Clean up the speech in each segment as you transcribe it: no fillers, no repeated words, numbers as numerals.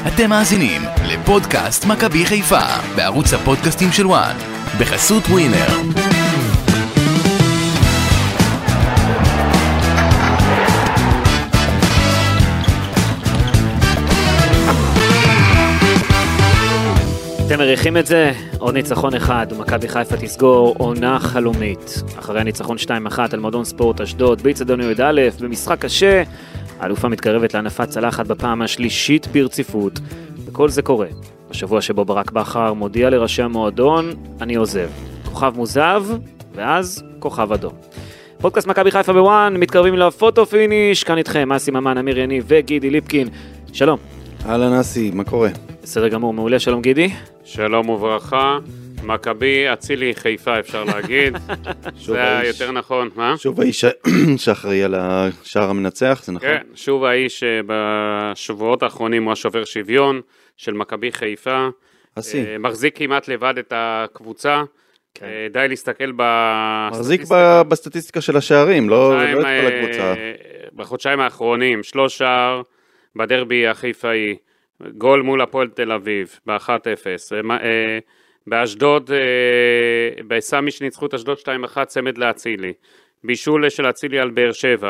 אתם מאזינים לפודקאסט מכבי חיפה בערוץ הפודקאסטים של וואן בחסות ווינר. אתם מריחים את זה? עוד ניצחון אחד, מכבי חיפה תסגור עונה חלומית. אחרי הניצחון 2-1 על מועדון ספורט אשדוד, באצטדיון י"א, במשחק קשה, האלופה מתקרבת להנפת צלחת בפעם השלישית ברציפות. וכל זה קורה בשבוע שבו ברק בכר מודיע לראשי המועדון, אני עוזב. כוכב מוזב, ואז כוכב אדום. פודקאסט מכבי חיפה בוואן, מתקרבים לפוטו פיניש, כאן איתכם, אסי ממן, אמיר יניב וגידי ליפקין. שלום. אהלן אסי, מה קורה? בסדר גמור, מעולה, שלום גידי. שלום וברכה, מכבי אצילי חיפה אפשר להגיד, זה היה יותר נכון, מה? שוב האיש שאחראי על השער המנצח, זה נכון? כן, שוב האיש בשבועות האחרונים הוא השובר שוויון של מכבי חיפה, מחזיק כמעט לבד את הקבוצה, די להסתכל מחזיק בסטטיסטיקה של השערים, לא את כל הקבוצה. בחודשיים האחרונים, 3 שער בדרבי החיפאי, גול מול הפועל תל אביב, ב-1-0, באשדוד, בסמי שניצחו את אשדוד 2-1, צמד לאצילי, בישול של אצילי על באר שבע,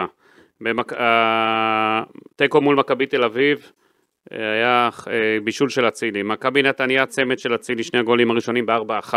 תיקו מול מכבי תל אביב, היה בישול של אצילי, מכבי נתניה צמד של אצילי, 2 הגולים הראשונים ב-4-1,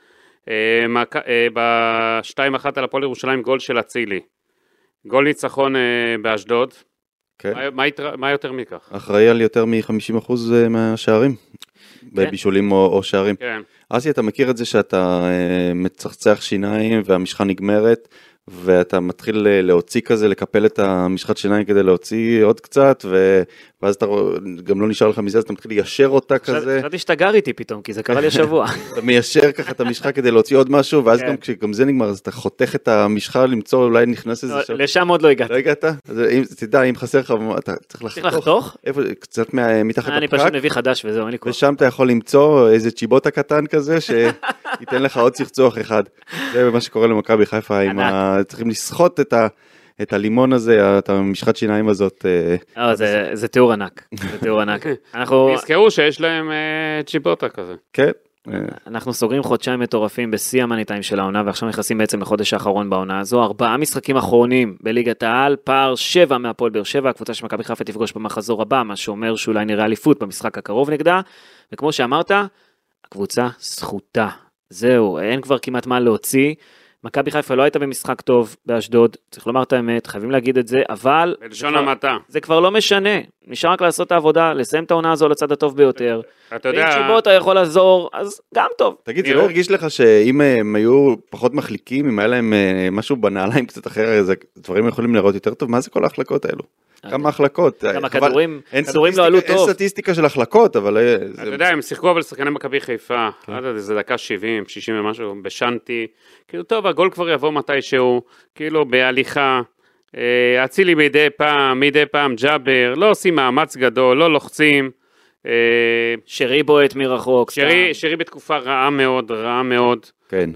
ב-2-1 על הפועל ירושלים גול של אצילי, גול ניצחון באשדוד, כן. מה יותר מכך? אחראי על יותר מ-50% מהשערים, בבישולים או שערים. כן. אסי, אתה מכיר את זה שאתה מצחצח שיניים והמשחה נגמרת, ואתה מתחיל להוציא כזה, לקפל את המשחת שיניים כדי להוציא עוד קצת, ואז אתה גם לא נשאר לך מזה, אז אתה מתחיל ליישר אותה כזה. חשבתי שאתה גר איתי פתאום, כי זה קרה לי השבוע. אתה מיישר ככה את המשחה כדי להוציא עוד משהו, ואז גם כשגם זה נגמר, אז אתה חותך את המשחה למצוא, אולי נכנס איזה שם. לשם עוד לא הגעת. לא הגעת? תדע, אם חסר לך, אתה צריך לחתוך. קצת מתחת לפקק. אני פשוט מביא חדש וזהו, אין לי כוח. ושם אתה יכול למצוא איזה צ'יבוטה קטן כזה, שייתן לך עוד צחצוח אחד. זה מה שקורה למכבי חיפה, צריכים לסחוט את הלימון הזה, את המשחת שיניים הזאת. זה תיאור ענק, זה תיאור ענק. נזכרו שיש להם צ'יבוטה כזה. כן. אנחנו סוגרים חודשיים מטורפים בשיא המאניטיים של העונה, ועכשיו נכנסים בעצם לחודש האחרון בעונה הזו, 4 משחקים אחרונים בליגת העל, פער 7 מהפועל באר שבע, הקבוצה של מכבי חיפה תפגוש במחזור הבא, מה שאומר שאולי נראה אליפות במשחק הקרוב נגדה, וכמו שאמרת, הקבוצה זכותה. זהו, אין כבר כמעט מה להוציא, מכבי חיפה לא הייתה במשחק טוב באשדוד, צריך לומר את האמת, חייבים להגיד את זה, אבל בלשון המעטה. זה כבר לא משנה, נשאר רק לעשות את העבודה, לסיים את העונה הזו לצד הטוב ביותר, אתה יודע, ואם צ'יבוטה יכול לעזור, אז גם טוב. תגיד, זה לא הרגיש לך שאם הם היו פחות מחליקים, אם היה להם משהו בנעליים קצת אחר, דברים יכולים לראות יותר טוב, מה זה כל ההחלקות האלו? כמה החלקות? כמה כדורים לא עלו טוב. אין סטטיסטיקה של החלקות, אבל אתה יודע, הם שיחקו אבל שחקני מכבי חיפה, זה דקה 70, 60 ומשהו, בשנתי, כאילו טוב, הגול כבר יבוא מתישהו, כאילו בהליכה, אצילי מדי פעם ג'אבר, לא עושים מאמץ גדול, לא לוחצים, שרי בועט מרחוק. שרי בתקופה רעה מאוד. כן.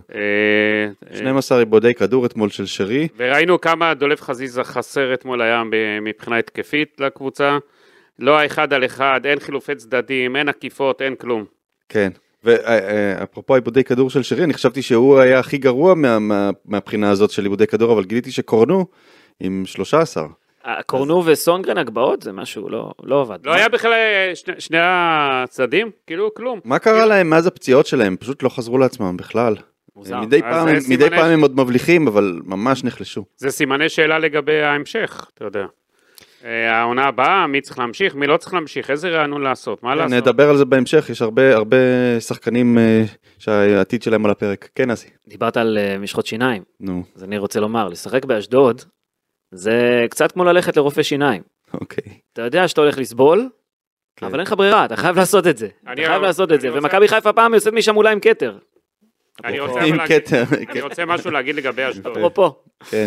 12 עיבודי כדור אתמול של שרי. וראינו כמה דולב חזיזה חסר אתמול היה מבחינה התקפית לקבוצה. לא האחד על אחד, אין חילופי צדדים, אין עקיפות, אין כלום. כן. ואפרופו עיבודי כדור של שרי, אני חשבתי שהוא היה הכי גרוע מהבחינה הזאת של עיבודי כדור, אבל גיליתי שקורנו עם 13. קורנו וסונגרן הגבעות זה משהו לא עבד. לא היה בכלל שני הצדדים, כאילו כלום. מה קרה להם מאז הפציעות שלהם? פשוט לא חזרו לעצמם בכלל. מדי פעם הם עוד מבליחים, אבל ממש נחלשו. זה סימני שאלה לגבי ההמשך, אתה יודע. העונה הבאה, מי צריך להמשיך, מי לא צריך להמשיך, איזה רענון לעשות, מה לעשות? נדבר על זה בהמשך, יש הרבה שחקנים שהעתיד שלהם על הפרק. כן, אסי. דיברת על משחות שיניים. נו. אז אני רוצה לומר, לשחק באשדוד, זה קצת כמו ללכת לרופא שיניים. אוקיי. אתה יודע שאתה הולך לסבול, אבל אין לך ברירה, אתה חייב לעשות את זה. ומכבי חיפה פעם יוצאת משם אולי עם קטר. אני רוצה משהו להגיד לגבי אשדוד. אפרופו. כן.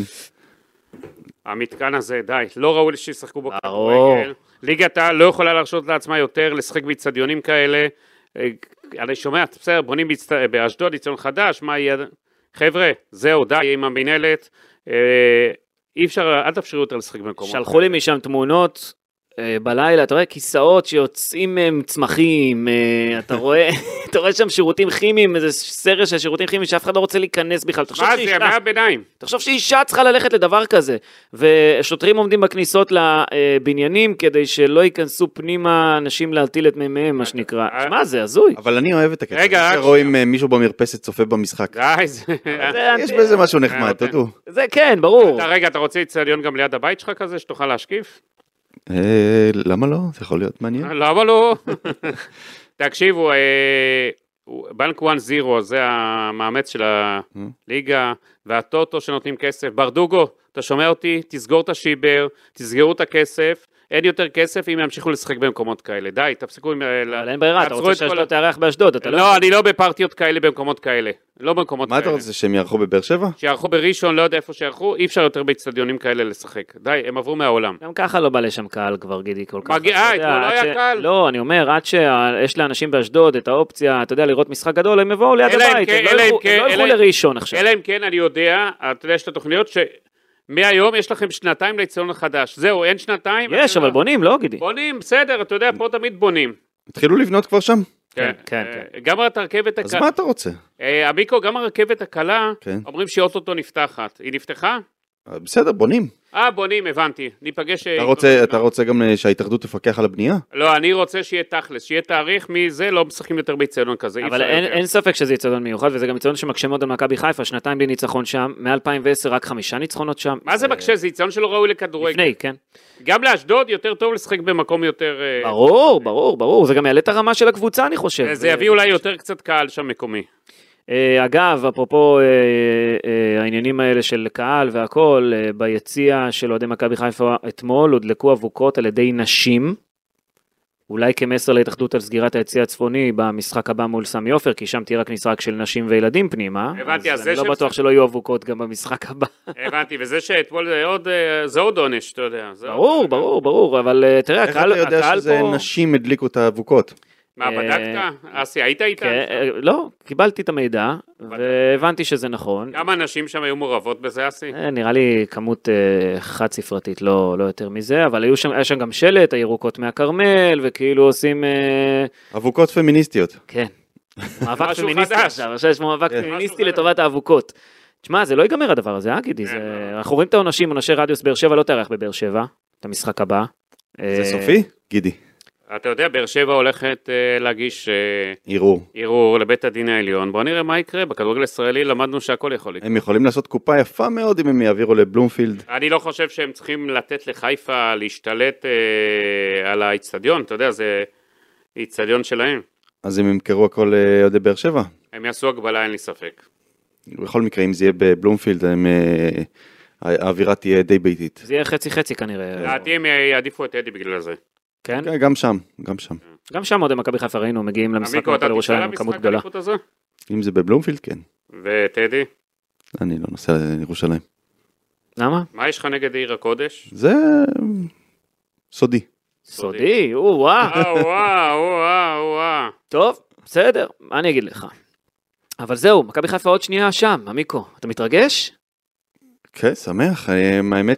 המתקן הזה, די, לא ראוי שישחקו בו כדורגל. ליגת העל לא יכולה להרשות לעצמה יותר לשחק באצטדיונים כאלה. אני שומע, בסדר, בונים באשדוד אצטדיון חדש, מה יהיה? חבר'ה, זהו, די עם המנהלת. אי אפשר, אל תאפשרו יותר לשחק במקומות. שלחו לי משם תמונות, בלילה, אתה רואה כיסאות שיוצאים מהם צמחים, אתה רואה שם שירותים כימיים, איזה סרט של שירותים כימיים שאף אחד לא רוצה להיכנס בכלל. מה זה, ימי הביניים? תחשוב שאישה צריכה ללכת לדבר כזה, ושוטרים עומדים בכניסות לבניינים כדי שלא ייכנסו פנימה אנשים להטיל את מימיהם, מה שנקרא. מה זה, הזוי. אבל אני אוהב את הקטע. רגע, רואים מישהו במרפסת צופה במשחק. יש בזה משהו נחמד, תדעו. זה כן, ברור. רגע, אתה רוצה אצטדיון גם ליד הבית שלך כזה, שתוכל להשקיף? למה לא? זה יכול להיות מעניין. למה לא? תקשיבו, בנק 1-0 זה המאמץ של הליגה, והטוטו שנותנים כסף. ברדוגו, אתה שומע אותי? תסגור את השיבר, תסגרו את הכסף, אין יותר כסף אם ימשיכו לשחק במקומות כאלה. די, תפסיקו עם... אבל אין ברירה, אתה רוצה שאשדוד תארח באשדוד, אתה לא... לא, אני לא בפרטיות כאלה במקומות כאלה. לא במקומות כאלה. מה אתה רוצה, שהם יערכו בבאר שבע? שיערכו בראשון, לא יודע איפה שיערכו, אי אפשר יותר באצטדיונים כאלה לשחק. די, הם עברו מהעולם. גם ככה לא בא לשם קהל כבר, גידי, כל כך. אתמול לא היה קהל? לא, אני אומר, עד שיש לאנשים באשדוד את האופציה, אתה יודע, לראות משחק גדול, הם יבואו ליד הבית, הם לא ילכו לראשון עכשיו. אלא אם כן, אני יודע, אתה יודע, יש את התוכניות מהיום יש לכם שנתיים לאצטדיון החדש. זהו, אין שנתיים. יש, אבל בונים, לא גידי. בונים, בסדר, אתה יודע, פה תמיד בונים. התחילו לבנות כבר שם? כן, כן. גם הרכבת הקלה. אז מה אתה רוצה? עמיקו, גם הרכבת הקלה, כן. אומרים שהיא אוטוטו נפתחת. היא נפתחה? בסדר, בונים. בונים, הבנתי. ניפגש... אתה רוצה גם שההתאחדות תפקח על הבנייה? לא, אני רוצה שיהיה תכלס, שיהיה תאריך מזה, לא משחקים יותר באצטדיון כזה. אבל אין ספק שזה אצטדיון מיוחד, וזה גם אצטדיון שמקשה מאוד על מכבי חיפה, שנתיים בלי ניצחון שם, מ-2010 רק 5 ניצחונות שם. מה זה מקשה? זה אצטדיון שלא ראוי לכדורגל. לפני, כן. גם לאשדוד יותר טוב לשחק במקום יותר... ברור, זה גם יעלה את הרמה של הקבוצה, אני חושב. זה יביא אולי יותר קצת קהל שם מקומי. אגב, אפרופו העניינים האלה של קהל והכל, ביציע של אוהדי מכבי חיפה אתמול הודלקו אבוקות על ידי נשים, אולי כמסר להתאחדות על סגירת היציע הצפוני במשחק הבא מול סמי עופר, כי שם תהיה רק משחק של נשים וילדים פנימה, הבנתי, אז אני לא בטוח שלא יהיו אבוקות גם במשחק הבא. הבנתי, וזה שאתמול זה עוד עונש, אתה יודע. ברור, אבל תראה, הקהל פה... איך אתה יודע שזה נשים הדליקו את האבוקות? מה, בדקת? אסי, היית איתה? לא, קיבלתי את המידע, והבנתי שזה נכון. כמה אנשים שם היו מעורבות בזה, אסי? נראה לי כמות חד ספרתית, לא יותר מזה, אבל היה שם גם שלט, הירוקות מהקרמל, וכאילו עושים... אבוקות פמיניסטיות. כן. מאבק פמיניסטי עכשיו יש מאבק פמיניסטי לטובת האבוקות. תשמע, זה לא ייגמר הדבר הזה, גידי. אנחנו רואים את העונשים, עונשי רדיוס באר שבע לא תארח בבאר שבע, את המשחק הבא. זה סופי? גידי. אתה יודע, באר שבע הולכת להגיש ערעור לבית הדין העליון. בוא נראה מה יקרה. בכדורגל הישראלי למדנו שהכל יכול לקרות. הם יכולים לעשות קופה יפה מאוד אם הם יעבירו לבלומפילד. אני לא חושב שהם צריכים לתת לחיפה להשתלט על האצטדיון. אתה יודע, זה אצטדיון שלהם. אז הם ימכרו הכל אוהדי באר שבע? הם יעשו הגבלה, אין לי ספק. בכל מקרה, אם זה יהיה בבלומפילד, האווירה תהיה די ביתית. זה יהיה חצי כנראה. לדעתי הם יעדיפו את אדי בגלל זה. כן? גם שם. גם שם עוד מכבי חיפה ראינו, מגיעים למשחק על ירושלים, כמות גדולה. אם זה בבלומפילד, כן. וטדי? אני לא נוסע לירושלים. למה? מה יש לך נגד עיר הקודש? זה סודי. סודי? וואו. טוב, בסדר, מה אני אגיד לך? אבל זהו, מכבי חיפה עוד שנייה שם, עמיקו, אתה מתרגש? כן, שמח. האמת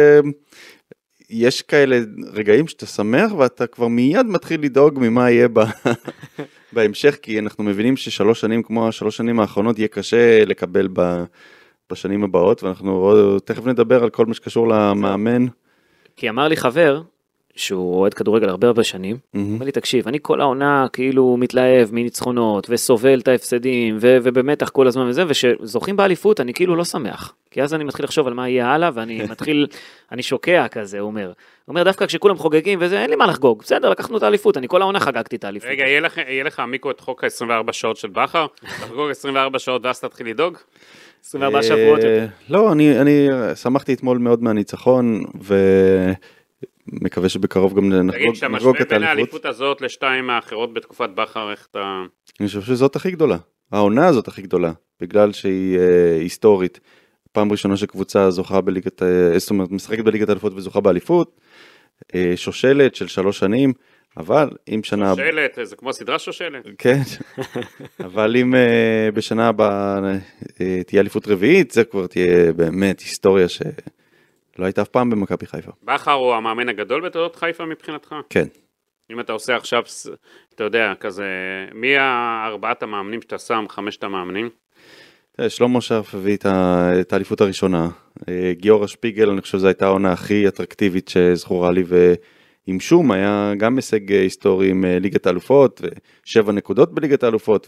יש כאלה רגעים שאתה שמח ואתה כבר מיד מתחיל לדאוג ממה יהיה בהמשך, כי אנחנו מבינים ש3 שנים כמו ה3 שנים האחרונות יהיה קשה לקבל בשנים הבאות, ואנחנו תכף נדבר על כל מה שקשור למאמן. כי אמר לי חבר, שהוא אוהד כדורגל הרבה שנים, אמר לי תקשיב, אני כל העונה כאילו מתלהב מניצחונות וסובל את ההפסדים ובמתח כל הזמן וזה, ושזוכים באליפות אני כאילו לא שמח, כי אז אני מתחיל לחשוב על מה יהיה הלאה, ואני מתחיל, אני שוקע כזה, הוא אומר דווקא כשכולם חוגגים וזה, אין לי מה לחגוג, בסדר, לקחנו את האליפות, אני כל העונה חגגתי את האליפות. רגע, יהיה לך עמיקו את חוק ה-24 שעות של בכר, תחגוג 24 שעות ואז תתחיל לדאוג? 24 שבועות יותר. לא, אני שמחתי אתמול מאוד מהניצחון, מקווה שבקרוב גם נחגוג את האליפות. תגיד, שהמשווה בין האליפות הזאת לשתיים האחרות בתקופת בכר, איך אתה... אני חושב שזאת הכי גדולה. העונה הזאת הכי גדולה, בגלל שהיא היסטורית. פעם ראשונה שקבוצה זוכה בליגת, זאת אומרת, משחקת בליגת האליפות וזוכה באליפות, שושלת של 3 שנים, אבל אם שנה... שושלת, זה כמו סדרה שושלת. כן, אבל אם בשנה הבאה תהיה אליפות רביעית, זה כבר תהיה באמת היסטוריה לא היית אף פעם במכבי חיפה. בכר הוא המאמן הגדול בתולדות חיפה מבחינתך? כן. אם אתה עושה עכשיו, אתה יודע, כזה, מי הארבעת המאמנים שאתה שם, 5 המאמנים? שלמה שרף הביא את האליפות הראשונה. גיורא שפיגל, אני חושב שזו הייתה העונה הכי אטרקטיבית שזכורה לי, ועם שום היה גם הישג היסטורי עם ליגת האלופות, ו7 נקודות בליגת האלופות,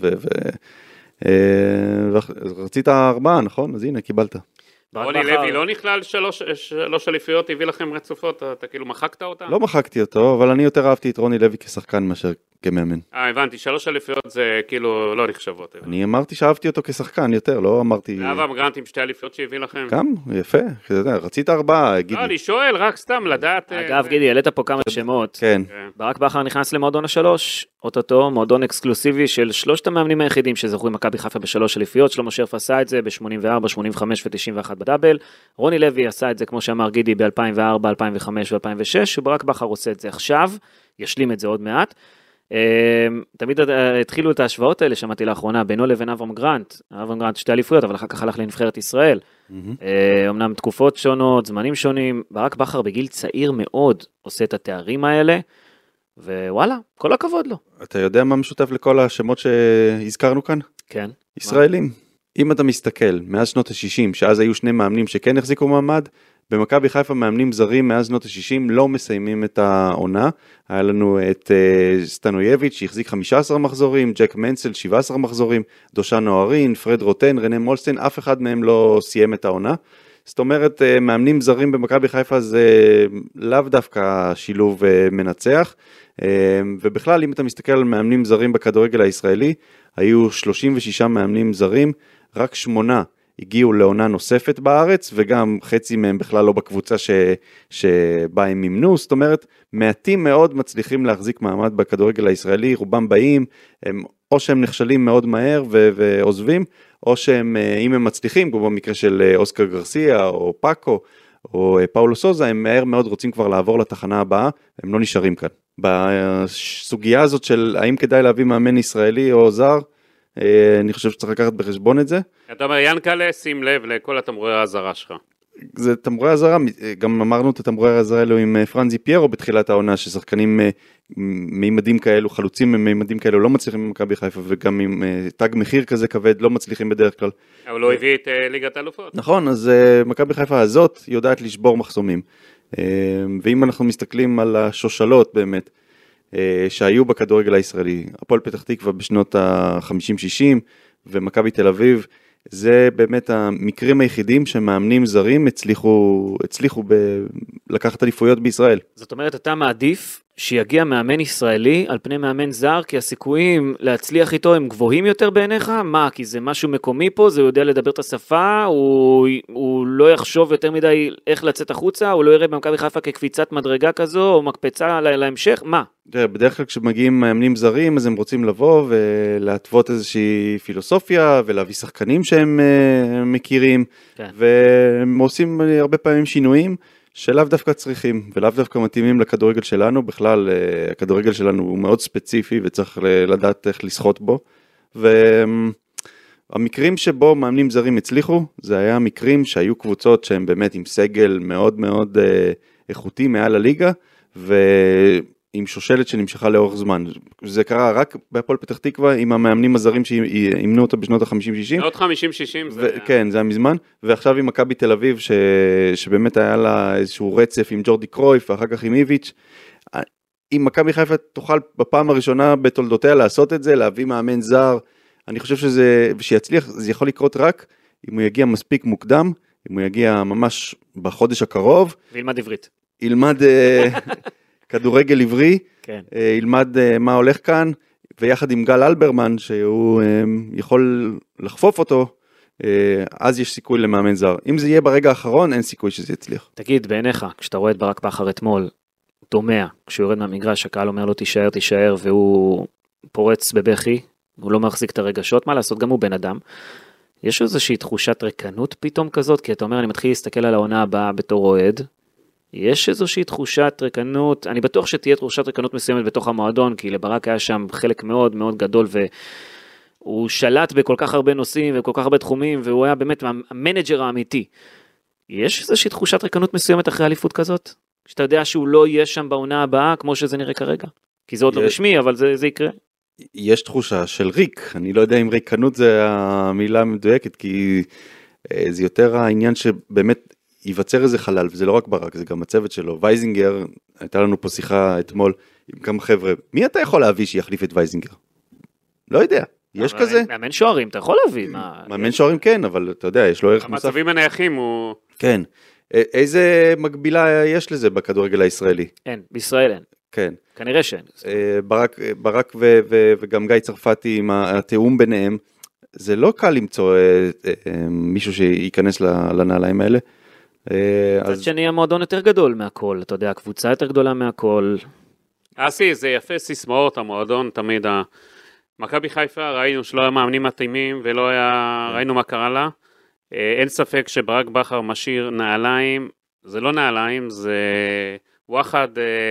ורצית 4, נכון? אז הנה, קיבלת. רוני לוי לא נכלל 3 אליפויות, הביא לכם רצופות, אתה כאילו מחקת אותה? לא מחקתי אותו, אבל אני יותר אהבתי את רוני לוי כשחקן מאשר כמאמן. הבנתי, 3 אליפיות זה כאילו לא נחשבות. אני אמרתי שאהבתי אותו כשחקן יותר, לא אמרתי... ואברהם גרנט עם 2 אליפיות שהביא לכם? גם, יפה, רצית 4, גידי. לא, אני שואל, רק סתם לדעת... אגב, גידי, העלית פה כמה שמות. כן. ברק בכר נכנס למועדון ה3, אוטוטו, מועדון אקסקלוסיבי של 3 המאמנים היחידים שזכו עם מכבי חיפה ב3 אליפיות. שלמה שרף עשה את זה ב-84, 85 ו-91 בדאבל. רוני לוי עשה את זה, כמו שאמר גידי, ב-2004, 2005 ו-2006, וברק בכר עושה את זה עכשיו, ישלים את זה עוד מעט. תמיד התחילו את ההשוואות האלה, שמעתי לאחרונה, בינו לבין אברהם גרנט, 2 אליפויות, אבל אחר כך הלך לנבחרת ישראל. אמנם תקופות שונות, זמנים שונים, ברק בכר בגיל צעיר מאוד עושה את התארים האלה, ווואלה, כל הכבוד לו. אתה יודע מה משותף לכל השמות שהזכרנו כאן? כן. ישראלים. אם אתה מסתכל, מאז שנות ה-60, שאז היו 2 מאמנים שכן החזיקו מעמד, במכבי חיפה מאמנים זרים מאז שנות ה-60 לא מסיימים את העונה. היה לנו את סטנויביץ' שהחזיק 15 מחזורים, ג'ק מנסל 17 מחזורים, דושן נוהרין, פרד רוטן, רנה מולסטיין, אף אחד מהם לא סיים את העונה. זאת אומרת, מאמנים זרים במכבי חיפה זה לאו דווקא שילוב מנצח, ובכלל אם אתה מסתכל על מאמנים זרים בכדורגל הישראלי, היו 36 מאמנים זרים, רק 8 הגיעו לעונה נוספת בארץ, וגם חצי מהם בכלל לא בקבוצה שבה הם אימנו, זאת אומרת, מעטים מאוד מצליחים להחזיק מעמד בכדורגל הישראלי, רובם באים, או שהם נכשלים מאוד מהר ועוזבים, או שהם, אם הם מצליחים, כמו במקרה של אוסקר גרסיה, או פאקו, או פאולו סוזה, הם מהר מאוד רוצים כבר לעבור לתחנה הבאה, הם לא נשארים כאן. בסוגיה הזאת של האם כדאי להביא מאמן ישראלי או זר, אני חושב שצריך לקחת בחשבון את זה. אתה אומר, ינקלה, שים לב לכל התמרורי ההזרה שלך. זה תמרורי הזרה, גם אמרנו את התמרורי הזרה האלו עם פרנזי פיירו בתחילת העונה, ששחקנים מימדים כאלו, חלוצים מימדים כאלו לא מצליחים במכבי חיפה, וגם עם תג מחיר כזה כבד לא מצליחים בדרך כלל. אבל לא הביא את ליגת האלופות. נכון, אז מכבי חיפה הזאת יודעת לשבור מחסומים. ואם אנחנו מסתכלים על השושלות באמת, שהיו בכדורגל הישראלי, הפועל פתח תקווה בשנות ה-50-60 ומכבי תל אביב, זה באמת המקרים היחידים שמאמנים זרים הצליחו לקחת אליפויות בישראל. זאת אומרת, אתה מעדיף שיגיע מאמן ישראלי על פני מאמן זר, כי הסיכויים להצליח איתו הם גבוהים יותר בעיניך? מה? כי זה משהו מקומי פה, זה יודע לדבר את השפה, הוא לא יחשוב יותר מדי איך לצאת החוצה, הוא לא יראה במכבי חיפה כקפיצת מדרגה כזו, או מקפצה להמשך, מה? בדרך כלל כשמגיעים מאמנים זרים, אז הם רוצים לבוא ולהטוות איזושהי פילוסופיה, ולהביא שחקנים שהם מכירים, כן. והם עושים הרבה פעמים שינויים, שלאו דווקא צריכים, ולאו דווקא מתאימים לכדורגל שלנו, בכלל הכדורגל שלנו הוא מאוד ספציפי, וצריך לדעת איך לשחות בו, והמקרים שבו מאמנים זרים הצליחו, זה היה מקרים שהיו קבוצות שהם באמת עם סגל מאוד מאוד איכותי מעל הליגה, ועם שושלת שנמשכה לאורך זמן. זה קרה רק בהפועל פתח תקווה, עם המאמנים הזרים שאימנו אותה בשנות ה-50-60. שנות 50-60 זה... כן, זה היה מזמן, ועכשיו עם מכבי תל אביב, שבאמת היה לה איזשהו רצף עם ג'ורדי קרויף, ואחר כך עם איביץ'. אם מכבי חיפה תוכל בפעם הראשונה בתולדותיה לעשות את זה, להביא מאמן זר, אני חושב שיצליח, זה יכול לקרות רק אם הוא יגיע מספיק מוקדם, אם הוא יגיע ממש בחודש הקרוב. וילמד עברית. ילמד כדורגל עברי, כן. ילמד מה הולך כאן, ויחד עם גל אלברמן, שהוא יכול לחפוף אותו, אז יש סיכוי למאמן זר. אם זה יהיה ברגע האחרון, אין סיכוי שזה יצליח. תגיד, בעיניך, כשאתה רואה את ברק בכר אתמול, דומע, כשהוא יורד מהמגרש, הקהל אומר לו תישאר, והוא פורץ בבכי, הוא לא מחזיק את הרגשות, מה לעשות, גם הוא בן אדם. יש איזושהי תחושת ריקנות פתאום כזאת, כי אתה אומר, אני מתחיל להסתכל על העונה הבאה בתור אוהד, יש איזושהי תחושת ריקנות, אני בטוח שתהיה תחושת ריקנות מסוימת בתוך המועדון, כי לברק היה שם חלק מאוד מאוד גדול, והוא שלט בכל כך הרבה נושאים וכל כך הרבה תחומים, והוא היה באמת המנג'ר האמיתי. יש איזושהי תחושת ריקנות מסוימת אחרי אליפות כזאת? שאתה יודע שהוא לא יהיה שם בעונה הבאה, כמו שזה נראה כרגע? כי זה עוד לא רשמי, אבל זה יקרה. יש תחושה של ריק, אני לא יודע אם ריקנות זה המילה המדויקת, כי זה יותר העניין שבאמת ייווצר איזה חלל, וזה לא רק ברק, זה גם הצוות שלו. וייזינגר, הייתה לנו פה שיחה אתמול עם כמה חבר'ה, מי אתה יכול להביא שיחליף את וייזינגר? לא יודע, יש כזה. מאמן שוערים, אתה יכול להביא. מאמן שוערים כן, אבל אתה יודע, יש לו ערך מוסף. המצבים הנייחים הוא... כן. איזה מקבילה יש לזה בכדורגל הישראלי? אין, בישראל אין. כן. כנראה שאין. ברק וגם גיא צרפתי עם התיאום ביניהם, זה לא קל למצוא מישהו שייכנס לנעליים האלה. אז שני המועדון יותר גדול מהכל, אתה יודע, הקבוצה יותר גדולה מהכל. אסי, זה יפה סיסמאות, המועדון תמיד. מכבי חיפה ראינו שלא היה מאמנים מתאימים, ולא היה, ראינו מה קרה לה. אין ספק שברק בכר משאיר נעליים, זה לא נעליים, זה וואחד,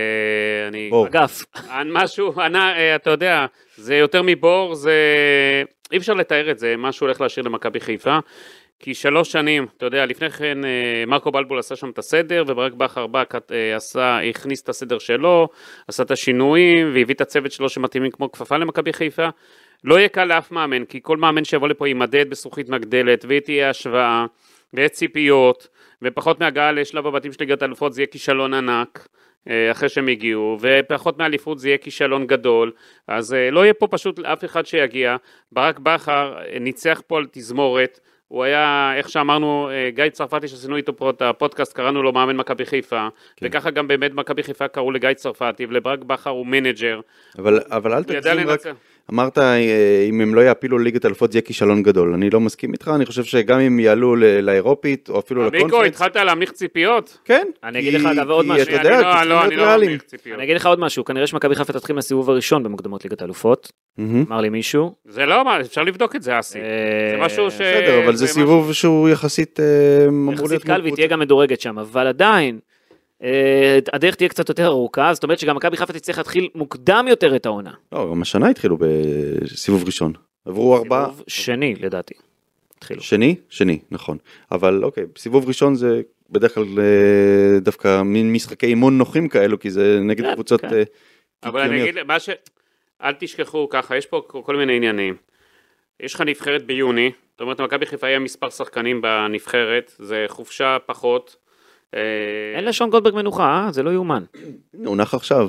אגף. משהו, אתה יודע, זה יותר מבור, זה, אי אפשר לתאר את זה, מה שהוא הולך להשאיר למכבי חיפה, כי 3 שנים, אתה יודע, לפני כן מרקו בלבול עשה שם את הסדר, וברק בכר בא, הכניס את הסדר שלו, עשה את השינויים, והביא את הצוות שלו שמתאימים כמו כפפה למכבי חיפה. לא יהיה קל לאף מאמן, כי כל מאמן שיבוא לפה יימדד בזכוכית מגדלת, ותהיה השוואה, ויהיה ציפיות, ופחות מהגעה לשלב הבתים של ליגת האלופות, זה יהיה כישלון ענק, אחרי שהם הגיעו, ופחות מהאליפות זה יהיה כישלון גדול, אז לא יהיה פה פשוט אף אחד שיגיע. ברק בכר ניצח פה על תזמורת, הוא היה, איך שאמרנו, גיא צרפתי שעשינו איתו פה את הפודקאסט, קראנו לו מאמן מכבי חיפה, כן. וככה גם באמת מכבי חיפה קראו לגיא צרפתי, ולברק בכר הוא מנג'ר. אבל אל תגזים רק, אמרת, אם הם לא יעפילו ליגת האלופות, זה יהיה כישלון גדול. אני לא מסכים איתך, אני חושב שגם אם יעלו לאירופית, או אפילו לקונפרנס. מיקו, התחלת להמליך ציפיות? כן. אני אגיד לך אגב עוד משהו. אני לא להמליך ציפיות. אני אגיד לך עוד משהו, כנראה שמכבי חיפה תתחיל מהסיבוב הראשון במוקדמות ליגת האלופות. אמר לי מישהו. זה לא, אפשר לבדוק את זה, אסי. זה משהו ש... בסדר, אבל זה סיבוב שהוא יחסית יחסית קל והיא תהיה גם מדורגת שם, אבל עדיין הדרך תהיה קצת יותר ארוכה, זאת אומרת שגם מכבי חיפה תצטרך להתחיל מוקדם יותר את העונה. לא, גם השנה התחילו בסיבוב ראשון. עברו 4... סיבוב שני לדעתי. שני, נכון. אבל אוקיי, סיבוב ראשון זה בדרך כלל דווקא מין משחקי אימון נוחים כאלו, כי זה נגד קבוצות... אבל אני אגיד, אל תשכחו ככה, יש פה כל מיני עניינים. יש לך נבחרת ביוני, זאת אומרת, מכבי חיפה היה מספר שחקנים בנבחרת, זה חופשה פחות. אין לשון גולדברג מנוחה, זה לא יאומן. הוא נח עכשיו.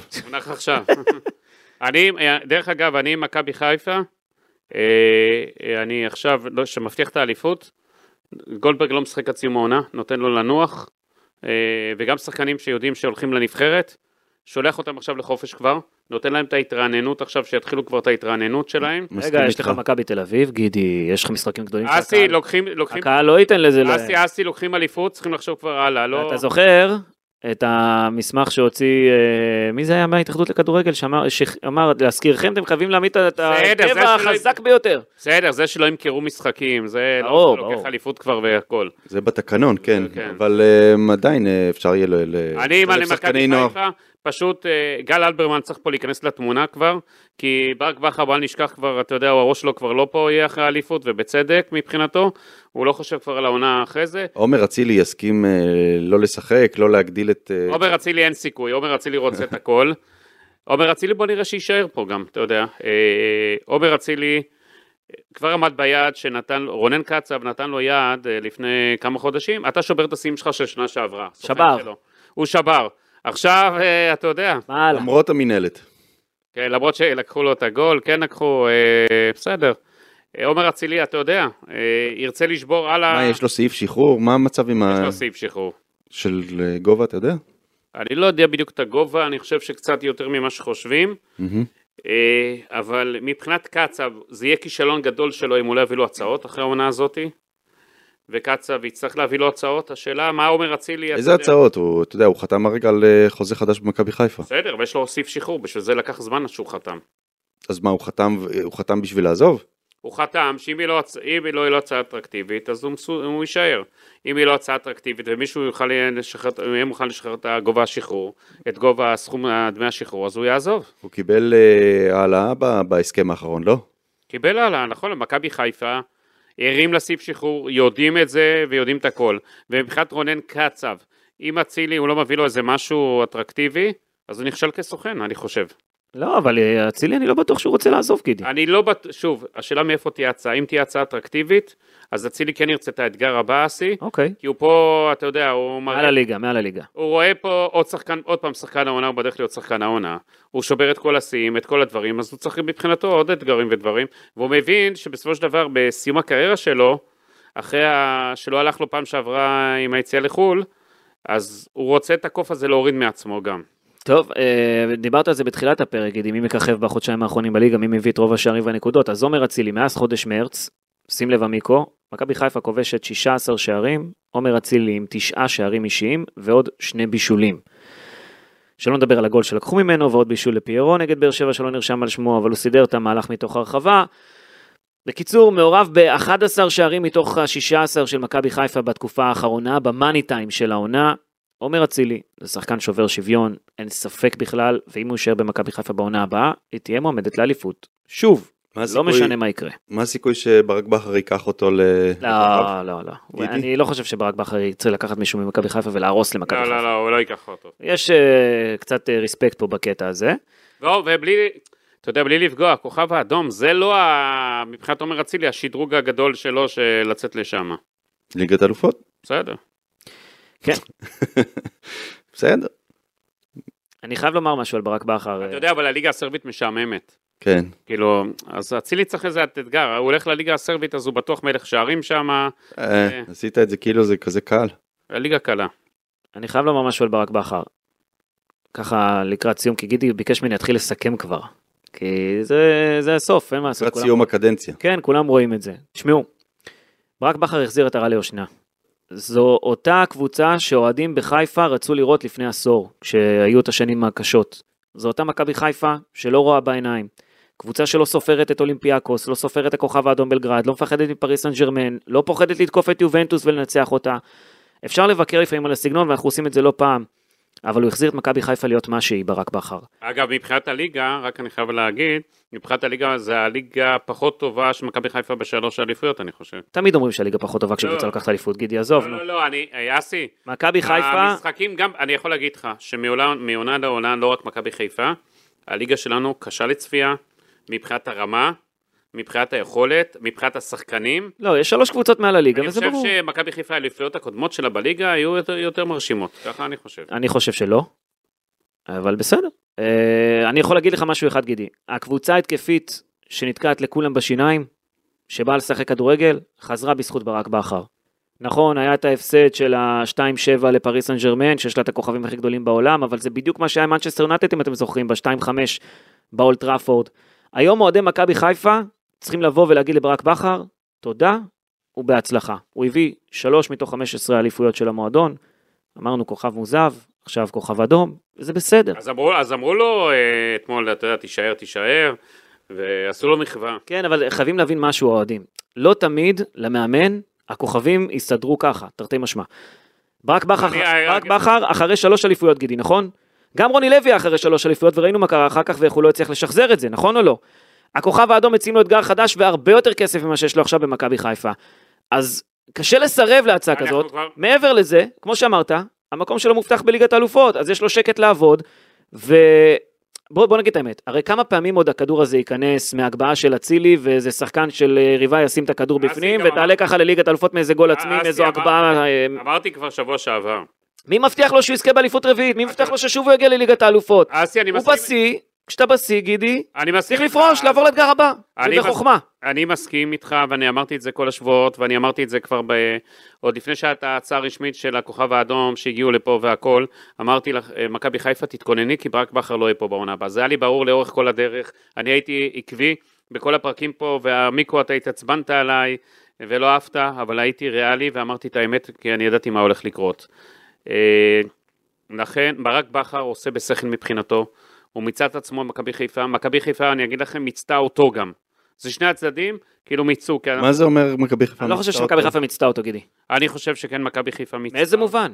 דרך אגב, אני עם מכבי חיפה, אני עכשיו, שמבטיח את האליפות, גולדברג לא משחק עד סיום העונה, נותן לו לנוח, וגם שחקנים שיודעים שהולכים לנבחרת, שולח אותם עכשיו לחופש כבר, נותן להם את ההתרעננות עכשיו, שיתחילו כבר את ההתרעננות שלהם. רגע, יש לך מכבי תל אביב, גידי, יש לך משחקים גדולים. אסי, לוקחים... הקהל לא ייתן לזה... אסי, לוקחים אליפות, צריכים לחשוב כבר הלאה, לא... אתה זוכר את המסמך שהוציא, מי זה היה מההתאחדות לכדורגל, שאמר, להזכירכם, אתם חייבים להעמיד את הטבע החזק ביותר. בסדר, זה שלא ימכרו משחקים, זה לא לוקח אליפות כבר והכל. זה בתקנון, כן, אבל עדיין אפשר יהיה אני עם מכבי חיפה, פשוט גל אלברמן צריך פה להיכנס לתמונה כבר, כי ברק בכר בל נשכח כבר, אתה יודע, הראש שלו כבר לא פה יהיה אחרי האליפות, ובצדק מבחינתו, הוא לא חושב כבר על העונה אחרי זה. עומר אצילי יסכים לא לשחק, לא להגדיל את... עומר אצילי אין סיכוי, עומר אצילי רוצה את הכל. עומר אצילי בוא נראה שישאר פה גם, אתה יודע. עומר אצילי כבר עמד ביד שנתן, רונן קצב נתן לו יד לפני כמה חודשים, אתה שובר את השיאים שלך של שנה שעברה. שבר. הוא שבר. עכשיו, אתה יודע. למרות המנהלת. כן, למרות שלקחו לו את הגול, כן לקחו, בסדר. עומר אצילי, אתה יודע, ירצה לשבור על ה... מה, יש לו סעיף שחרור? מה המצב עם ה... יש לו סעיף שחרור. של גובה, אתה יודע? אני לא יודע בדיוק את הגובה, אני חושב שקצת יותר ממה שחושבים, אבל מבחינת קצב, זה יהיה כישלון גדול שלו אם הוא לא יביא לו הצעות אחרי העונה הזאתי. וקצב יצטרך להביא לו הצעות, השאלה מה עומר אצילי... איזה הצעות? אתה יודע, הוא חתם הרגע על חוזה חדש במכבי חיפה. בסדר, ויש לו סעיף שחרור, בשביל זה לקח זמן שהוא חתם. אז מה, הוא חתם בשביל לעזוב? הוא חתם שאם היא לא יהיה לו הצעה אטרקטיבית, אז הוא יישאר. אם היא לא הצעה אטרקטיבית, ומישהו יוכל לשחרר את גובה השחרור, את גובה הסכום דמי השחרור, אז הוא יעזוב. הוא קיבל העלאה בהסכם האחרון, לא? קיבל העלאה, נכון, למכבי חיפה, ערים לסיף שחרור, יודעים את זה ויודעים את הכל. ומבחינת רונן קצב, אם אצילי הוא לא מביא לו איזה משהו אטרקטיבי, אז הוא נכשל כסוכן, אני חושב. לא, אבל אצילי אני לא בטוח שהוא רוצה לעזוב, גידי. אני לא בטוח, שוב, השאלה מאיפה תהיה הצעה, אם תהיה הצעה אטרקטיבית, אז אצילי כן ירצה את האתגר הבא, אסי, אוקיי. כי הוא פה, אתה יודע, הוא מעל הליגה, מעל הליגה. הוא רואה פה עוד שחקן, עוד פעם שחקן העונה, הוא בדרך להיות שחקן העונה, הוא שובר את כל השיאים, את כל הדברים, אז הוא צריך מבחינתו עוד אתגרים ודברים, והוא מבין שבסופו של דבר, בסיום הקריירה שלו, אחרי שלא הלך לו פעם שעברה עם היציאה לחול, אז הוא רוצה את הקוף הזה להוריד מעצמו גם. טוב, דיברת על זה בתחילת הפרק, גידי, מי מככב בחודשיים האחרונים בליגה, מי מביא את רוב השערים והנקודות, אז עומר אצילי, מאז חודש מרץ, שים לב עמיקו, מכבי חיפה כובשת 16 שערים, עומר אצילי עם 9 שערים אישיים, ועוד 2 בישולים. שלא נדבר על הגול שלקחו ממנו, ועוד בישול לפיירו נגד באר שבע שלא נרשם על שמו, אבל הוא סידר את המהלך מתוך הרחבה. בקיצור, מעורב ב-11 שערים מתוך ה-16 של מכבי חיפה בתקופה האחרונה, במאני טיים של העונה. עומר אצילי, זה שחקן שובר שוויון, אין ספק בכלל, ואם הוא יישאר במכבי חיפה בעונה הבאה, היא תהיה מועמדת לאליפות. שוב, לא משנה מה יקרה. מה הסיכוי שברק בכר ייקח אותו לא. אני לא חושב שברק בכר יצא לקחת מישהו ממכבי חיפה ולהרוס למכבי חיפה. לא, הוא לא ייקח אותו. יש קצת רספקט פה בקטע הזה. לא, ובלי, אתה יודע, בלי לפגוע, הכוכב האדום, זה לא מבחינת עומר אצילי, השדרוג הגדול שלו לצאת לשם. ליגת אלופות? בסדר. כן. בסדר. אני חייב לומר משהו על ברק בכר. אתה יודע, אבל הליגה הסרבית משעממת. כן. כאילו, אז אצילי צריך איזה אתגר, הוא הולך לליגה הסרבית, אז הוא בטוח מלך שערים שם. עשית את זה כאילו זה כזה קל. הליגה קלה. אני חייב לומר משהו על ברק בכר. ככה לקראת סיום, כי גידי ביקש ממני להתחיל לסכם כבר. כי זה הסוף, אין מה לעשות. לקראת סיום הקדנציה. כן, כולם רואים את זה. תשמעו, ברק בכר החזיר את הרע ליושנה. זו אותה קבוצה שאוהדים בחיפה רצו לראות לפני עשור, כשהיו את השנים הקשות. זו אותה מכבי חיפה שלא רואה בעיניים. קבוצה שלא סופרת את אולימפיאקוס, לא סופרת את הכוכב האדום בלגרד, לא מפחדת מפריס סן ז'רמן, לא פוחדת לתקוף את יובנטוס ולנצח אותה. אפשר לבקר לפעמים על הסגנון, ואנחנו עושים את זה לא פעם. אבל הוא החזיר את מכבי חיפה להיות מה שהיא ברק בכר. אגב, מבחינת הליגה, רק אני חייב להגיד, מבחינת הליגה זה הליגה פחות טובה של מכבי חיפה בשלוש האליפויות, אני חושב. תמיד אומרים שהליגה פחות טובה כשקבוצה לקחת אליפות, גידי, עזוב. לא, אסי. מכבי חיפה... המשחקים גם, אני יכול להגיד לך, שמעונה לעונה, לא רק מכבי חיפה, הליגה שלנו קשה לצפייה, מבחינת הרמה, מבחינת היכולת, מבחינת השחקנים. לא, יש 3 קבוצות מעל הליגה, וזה ברור. אני חושב שמכבי חיפה האליפויות הקודמות שלה בליגה היו יותר מרשימות, ככה אני חושב. אני חושב שלא, אבל בסדר. אני יכול להגיד לך משהו אחד, גידי. הקבוצה התקפית שנתקעת לכולם בשיניים, שבאה לשחק כדורגל, חזרה בזכות ברק בכר. נכון, היה את ההפסד של ה-2-7 לפריס סן ז'רמן, שיש לה את הכוכבים הכי גדולים בעולם, אבל זה בדיוק מה שהיה מנצ'סטר יונייטד, אם אתם זוכרים, ב-2-5 באולד טראפורד. היום אוהדי מכבי חיפה צריכים לבוא ולהגיד לברק בכר, תודה ובהצלחה. הוא הביא 3 מתוך 15 האליפויות של המועדון, אמרנו כוכב מוזב, עכשיו כוכב אדום, וזה בסדר. אז אמרו לו אתמול, אתה יודע, תישאר, ועשו לו מחווה. כן, אבל חייבים להבין משהו אוהדים. לא תמיד למאמן, הכוכבים יסתדרו ככה, תרתי משמע. ברק בכר אחרי 3 אליפויות, גידי, נכון? גם רוני לוי אחרי 3 אליפויות, וראינו מה קרה אחר כך, ואיך הוא לא הצליח לשחזר את זה, נכון או לא? הכוכב האדום מציעים לו אתגר חדש, והרבה יותר כסף ממה שיש לו עכשיו במכבי חיפה. אז קשה לסרב להצעה כזאת. מעבר לזה, כמו שאמרת, המקום שלו מובטח בליגת האלופות, אז יש לו שקט לעבוד, בוא נגיד את האמת, הרי כמה פעמים עוד הכדור הזה ייכנס מהגבהה של אצילי, וזה שחקן של ריבה ישים את הכדור בפנים, ותעלה ככה לליגת האלופות מאיזה גול עצמי, מאיזו הגבהה. אמרתי כבר שבוע שעבר. מי מבטיח לו שהוא יזכה באליפות רביעית? מי מבטיח לו ששוב הוא יגיע לליגת האלופות? הוא בשיא, כשאתה בשיא, גידי, צריך לפרוש, לעבור לאתגר הבא. זה בחוכמה. אני מסכים איתך, ואני אמרתי את זה כל השבועות, ואני אמרתי את זה כבר עוד לפני שהייתה הצעה רשמית של הכוכב האדום שהגיעו לפה והכל, אמרתי לך, מכבי חיפה תתכונני, כי ברק בכר לא יהיה פה בעונה הבאה. זה היה לי ברור לאורך כל הדרך, אני הייתי עקבי בכל הפרקים פה, והמיקרו אתה התעצבנת עליי, ולא אהבת, אבל הייתי ריאלי, ואמרתי את האמת, כי אני ידעתי מה הולך לקרות. לכן, ברק בכר עושה בשכל מבחינתו, הוא מיצה את עצמו במכבי חיפה, מכבי חיפה, אני אגיד לכם, מיצתה אותו גם. זה שני הצדדים, כאילו מיצו. מה זה אומר מכבי חיפה? אני לא חושב שמכבי חיפה מיצתה אותו, גידי. אני חושב שכן, מכבי חיפה מיצתה. מאיזה מובן?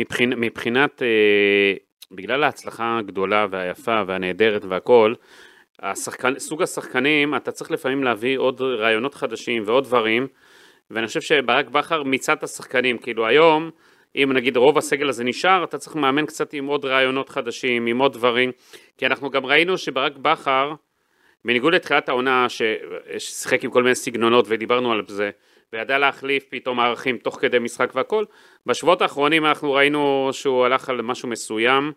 מבחינת, בגלל ההצלחה הגדולה והיפה והנהדרת והכל, סוג השחקנים, אתה צריך לפעמים להביא עוד רעיונות חדשים ועוד דברים, ואני חושב שברק בכר מיצה את השחקנים, כאילו היום, אם נגיד רוב הסגל הזה נשאר, אתה צריך מאמן קצת עם עוד רעיונות חדשים, עם עוד דברים, כי אנחנו גם ראינו שברק בכר, בניגוד לתחילת העונה, ששיחק עם כל מיני סגנונות ודיברנו על זה, וידע להחליף פתאום מערכים תוך כדי משחק והכל, בשבועות האחרונים אנחנו ראינו שהוא הלך על משהו מסוים,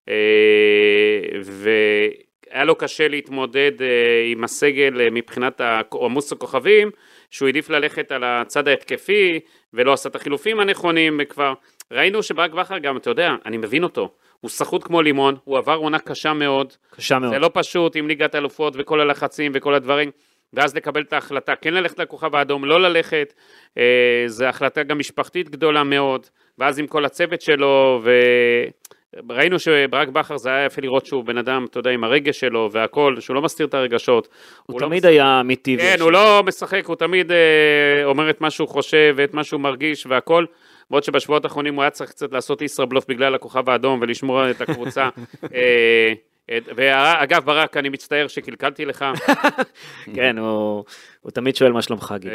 והיה לו קשה להתמודד עם הסגל מבחינת עמוס הכוכבים, שהוא העדיף ללכת על הצד ההתקפי, ולא עשה את החילופים הנכונים, וכבר ראינו שברק בכר גם, אתה יודע, אני מבין אותו, הוא סחוט כמו לימון, הוא עבר עונה קשה מאוד, זה לא פשוט עם ליגת האלופות וכל הלחצים וכל הדברים, ואז לקבל את ההחלטה, כן ללכת לכוכב האדום, לא ללכת, זו החלטה גם משפחתית גדולה מאוד, ואז עם כל הצוות שלו, וראינו שברק בכר זה היה יפה לראות שהוא בן אדם, אתה יודע, עם הרגש שלו והכל, שהוא לא מסתיר את הרגשות. הוא תמיד היה אמיתי. כן, הוא לא משחק, הוא תמיד אומר את מה שהוא חושב ואת מה שהוא מרגיש והכל, בעוד שבשבועות האחרונים הוא היה צריך קצת לעשות ישראבלוף בגלל הכוכב האדום ולשמור את הקבוצה. ואגב ברק, אני מצטער שקלקלתי לך. כן, הוא תמיד שואל מה שלומך, גיל.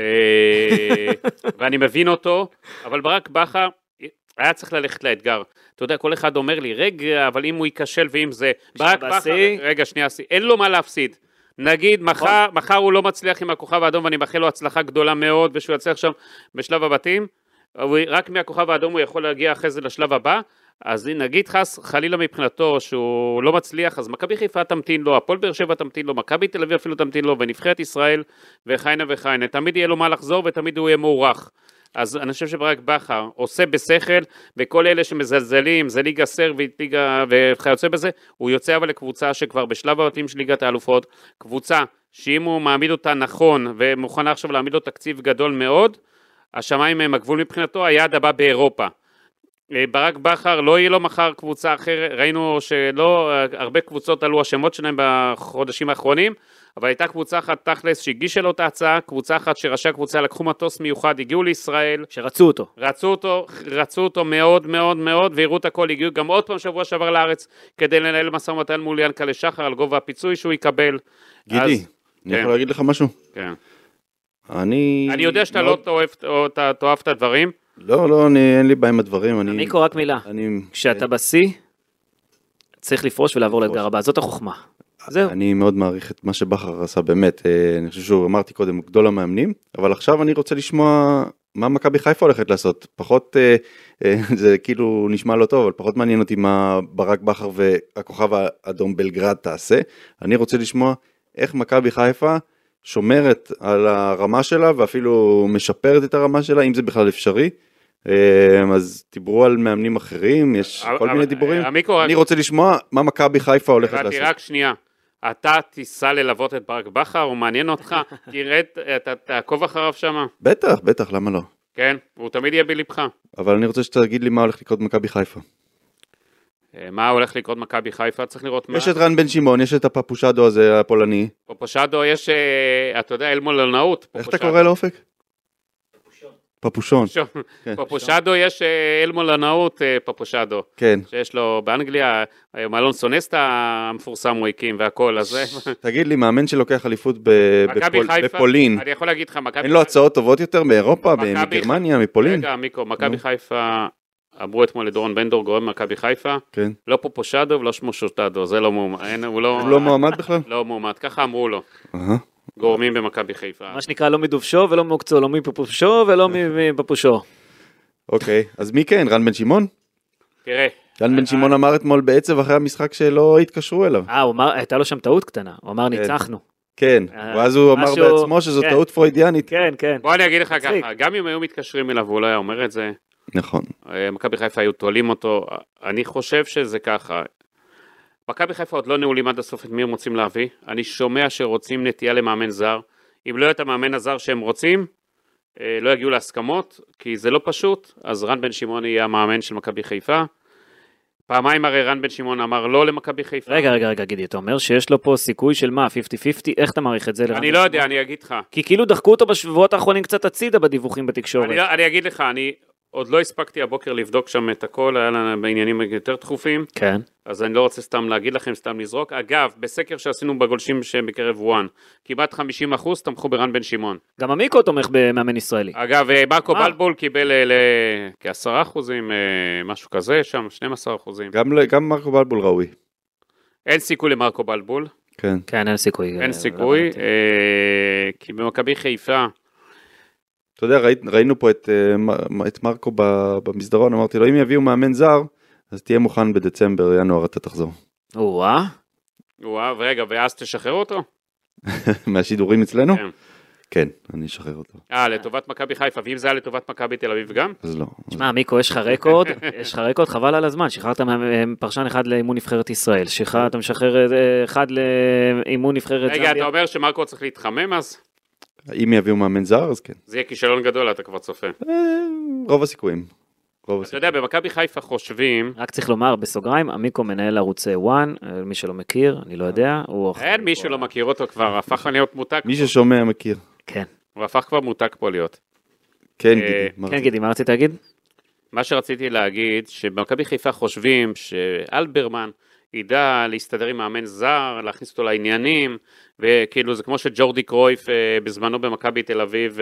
ואני מבין אותו, אבל ברק בכר היה צריך ללכת לאתגר. אתה יודע, כל אחד אומר לי, רגע, אבל אם הוא ייכשל ואם זה... ברק בכר, רגע, שנייה, אין לו מה להפסיד. נגיד, מחר הוא לא מצליח עם הכוכב האדום, ואני מאחל לו הצלחה גדולה מאוד, ושהוא יצליח שם בשלב הבתים, רק מהכוכב האדום הוא יכול להגיע אחרי זה לשלב הבא, אז נגיד חלילה מבחינתו שהוא לא מצליח, אז מכבי חיפה תמתין לו, הפועל באר שבע תמתין לו, מכבי תל אביב אפילו תמתין לו, ונבחרת ישראל וחיינה וחיינה, תמיד יהיה לו מה לחזור ותמיד הוא יהיה מוערך. אז אני חושב שברק בכר עושה בשכל, וכל אלה שמזלזלים, זה ליגה סרבית, ליגה וכיוצא בזה, הוא יוצא אבל לקבוצה שכבר בשלב הבתים של ליגת האלופות, קבוצה שאם הוא מעמיד אותה נכון, ומוכן עכשיו להעמיד לו תקציב גדול מאוד, השמיים הם הגבול מבחינתו, היעד הבא באירופה. ברק בכר לא יהיה לו מחר קבוצה אחרת, ראינו שלא, הרבה קבוצות עלו השמות שלהם בחודשים האחרונים, אבל הייתה קבוצה אחת תכלס שהגישה לו את ההצעה, קבוצה אחת שראשי הקבוצה לקחו מטוס מיוחד, הגיעו לישראל. שרצו אותו. רצו אותו מאוד מאוד מאוד, והראו את הכל, הגיעו גם עוד פעם שבוע שעבר לארץ, כדי לנהל משא ומתן מול ינקלה שחר, על גובה הפיצוי שהוא יקבל. גידי, אני יכול להגיד לך משהו? כן. אני יודע שאתה לא תאהב את הדברים. לא, אין לי בעיה עם הדברים. מיקו, רק מילה. כשאתה בשיא, צריך לפרוש ולעבור לאתגר הבא, זאת החוכמה. זהו. אני מאוד מעריך את מה שבכר עשה באמת, אני חושב שהוא אמרתי קודם, הוא גדול המאמנים, אבל עכשיו אני רוצה לשמוע מה מכבי חיפה הולכת לעשות, פחות, זה כאילו נשמע לא טוב, אבל פחות מעניין אותי מה ברק בכר והכוכב האדום בלגרד תעשה, אני רוצה לשמוע איך מכבי חיפה שומרת על הרמה שלה, ואפילו משפרת את הרמה שלה, אם זה בכלל אפשרי, אז דיברו על מאמנים אחרים, יש כל מיני דיבורים, אני רוצה לשמוע מה מכבי חיפה הולכת לעשות. רק שנייה, אתה תיסע ללוות את ברק בכר, הוא מעניין אותך, תראה, תעקוב אחריו שם. בטח, למה לא? כן, הוא תמיד יהיה בלבך. אבל אני רוצה שתגיד לי מה הולך לקרות במכבי חיפה. מה הולך לקרות מכבי חיפה? צריך לראות מה... יש את רן בן שמעון, יש את הפפושדו הזה, הפולני. פפושדו יש, אתה יודע, אלמולנאות. איך אתה קורא לאופק? פפושון. פפושדו יש אלמולנאות פפושדו. כן. שיש לו באנגליה, מלון סונסטה המפורסם הוא הקים והכל, אז... תגיד לי, מאמן שלוקח אליפות בפולין. אני יכול להגיד לך, מכבי... אין לו הצעות טובות יותר מאירופה, מגרמניה, מפולין? רגע, מיקו, מכבי חיפה... אמרו אתמול לדורון בנדור, גורם מכבי חיפה, כן. לא פופושדו ולא שמושטדו, זה לא מועמד. הוא לא מועמד בכלל? לא מועמד, ככה אמרו לו. גורמים במכבי חיפה. מה שנקרא לא מדובשו ולא מוקצו, לא מפופושו ולא מפפושו. אוקיי, אז מי כן? רן בן שמעון? תראה. רן בן שמעון אמר אתמול בעצב אחרי המשחק שלא התקשרו אליו. הייתה לו שם טעות קטנה, הוא אמר ניצחנו. כן, ואז הוא אמר בעצמו שזו טעות פרוידיאנית. כן. בוא אני אגיד לך ככה, גם אם היו מתקשרים אליו והוא לא היה אומר את זה, נכון. מכבי חיפה היו תועלים אותו, אני חושב שזה ככה, מכבי חיפה עוד לא נעולים עד הסוף את מי הם רוצים להביא, אני שומע שרוצים נטייה למאמן זר, אם לא יהיה את המאמן הזר שהם רוצים, לא יגיעו להסכמות, כי זה לא פשוט, אז רן בן שמעון יהיה המאמן של מכבי חיפה, פעמיים הרי רן בן שמעון אמר לא למכבי חיפה. רגע, גידי, אתה אומר שיש לו פה סיכוי של מה, 50-50, איך אתה מעריך את זה? אני לא יודע, אני אגיד לך. כי כאילו דחקו אותו בשבועות האחרונים קצת הצידה בדיווחים בתקשורת. אני אגיד לך, עוד לא הספקתי הבוקר לבדוק שם את הכל, היה לנו בעניינים יותר דחופים, כן. אז אני לא רוצה סתם להגיד לכם, סתם לזרוק. אגב, בסקר שעשינו בגולשים שהם בקרב וואן, כמעט 50% תמכו ברן בן שמעון. גם המיקו תומך במאמן ישראלי. אגב, מרקו בלבול קיבל כ10%, משהו כזה, שם 12%. גם מרקו בלבול ראוי. אין סיכוי למרקו בלבול. כן. כן, אין סיכוי. אין סיכוי, כי במכבי חיפה, אתה יודע, ראינו פה את מרקו במסדרון, אמרתי לו, אם יביאו מאמן זר, אז תהיה מוכן בדצמבר, ינואר, אתה תחזור. וואה. רגע, ואז תשחרר אותו? מהשידורים אצלנו? כן. כן, אני אשחרר אותו. לטובת מכבי חיפה, ואם זה היה לטובת מכבי תל אביב גם? אז לא. תשמע, מיקו, יש לך רקורד, חבל על הזמן, שחררת פרשן אחד לאימון נבחרת ישראל, אתה משחרר אחד לאימון נבחרת רגע, אתה אומר שמרקו צריך להתחמם אז? אם יביאו מאמן זר, אז כן. זה יהיה כישלון גדול, אתה כבר צופה. רוב הסיכויים. אתה יודע, במכבי חיפה חושבים... רק צריך לומר, בסוגריים, המיקו מנהל ערוצי וואן, מי שלא מכיר, אני לא יודע, אין מי שלא מכיר אותו כבר, הפך להיות מותק. מי ששומע מכיר. כן. הוא הפך כבר מותק פה להיות. כן, גידי. כן, גידי, מה רצית להגיד? מה שרציתי להגיד, שבמכבי חיפה חושבים שאלברמן ידע להסתדר עם מאמן זר, להכניס אותו לעניינים, וכאילו זה כמו שג'ורדי קרויף בזמנו במכבי תל אביב,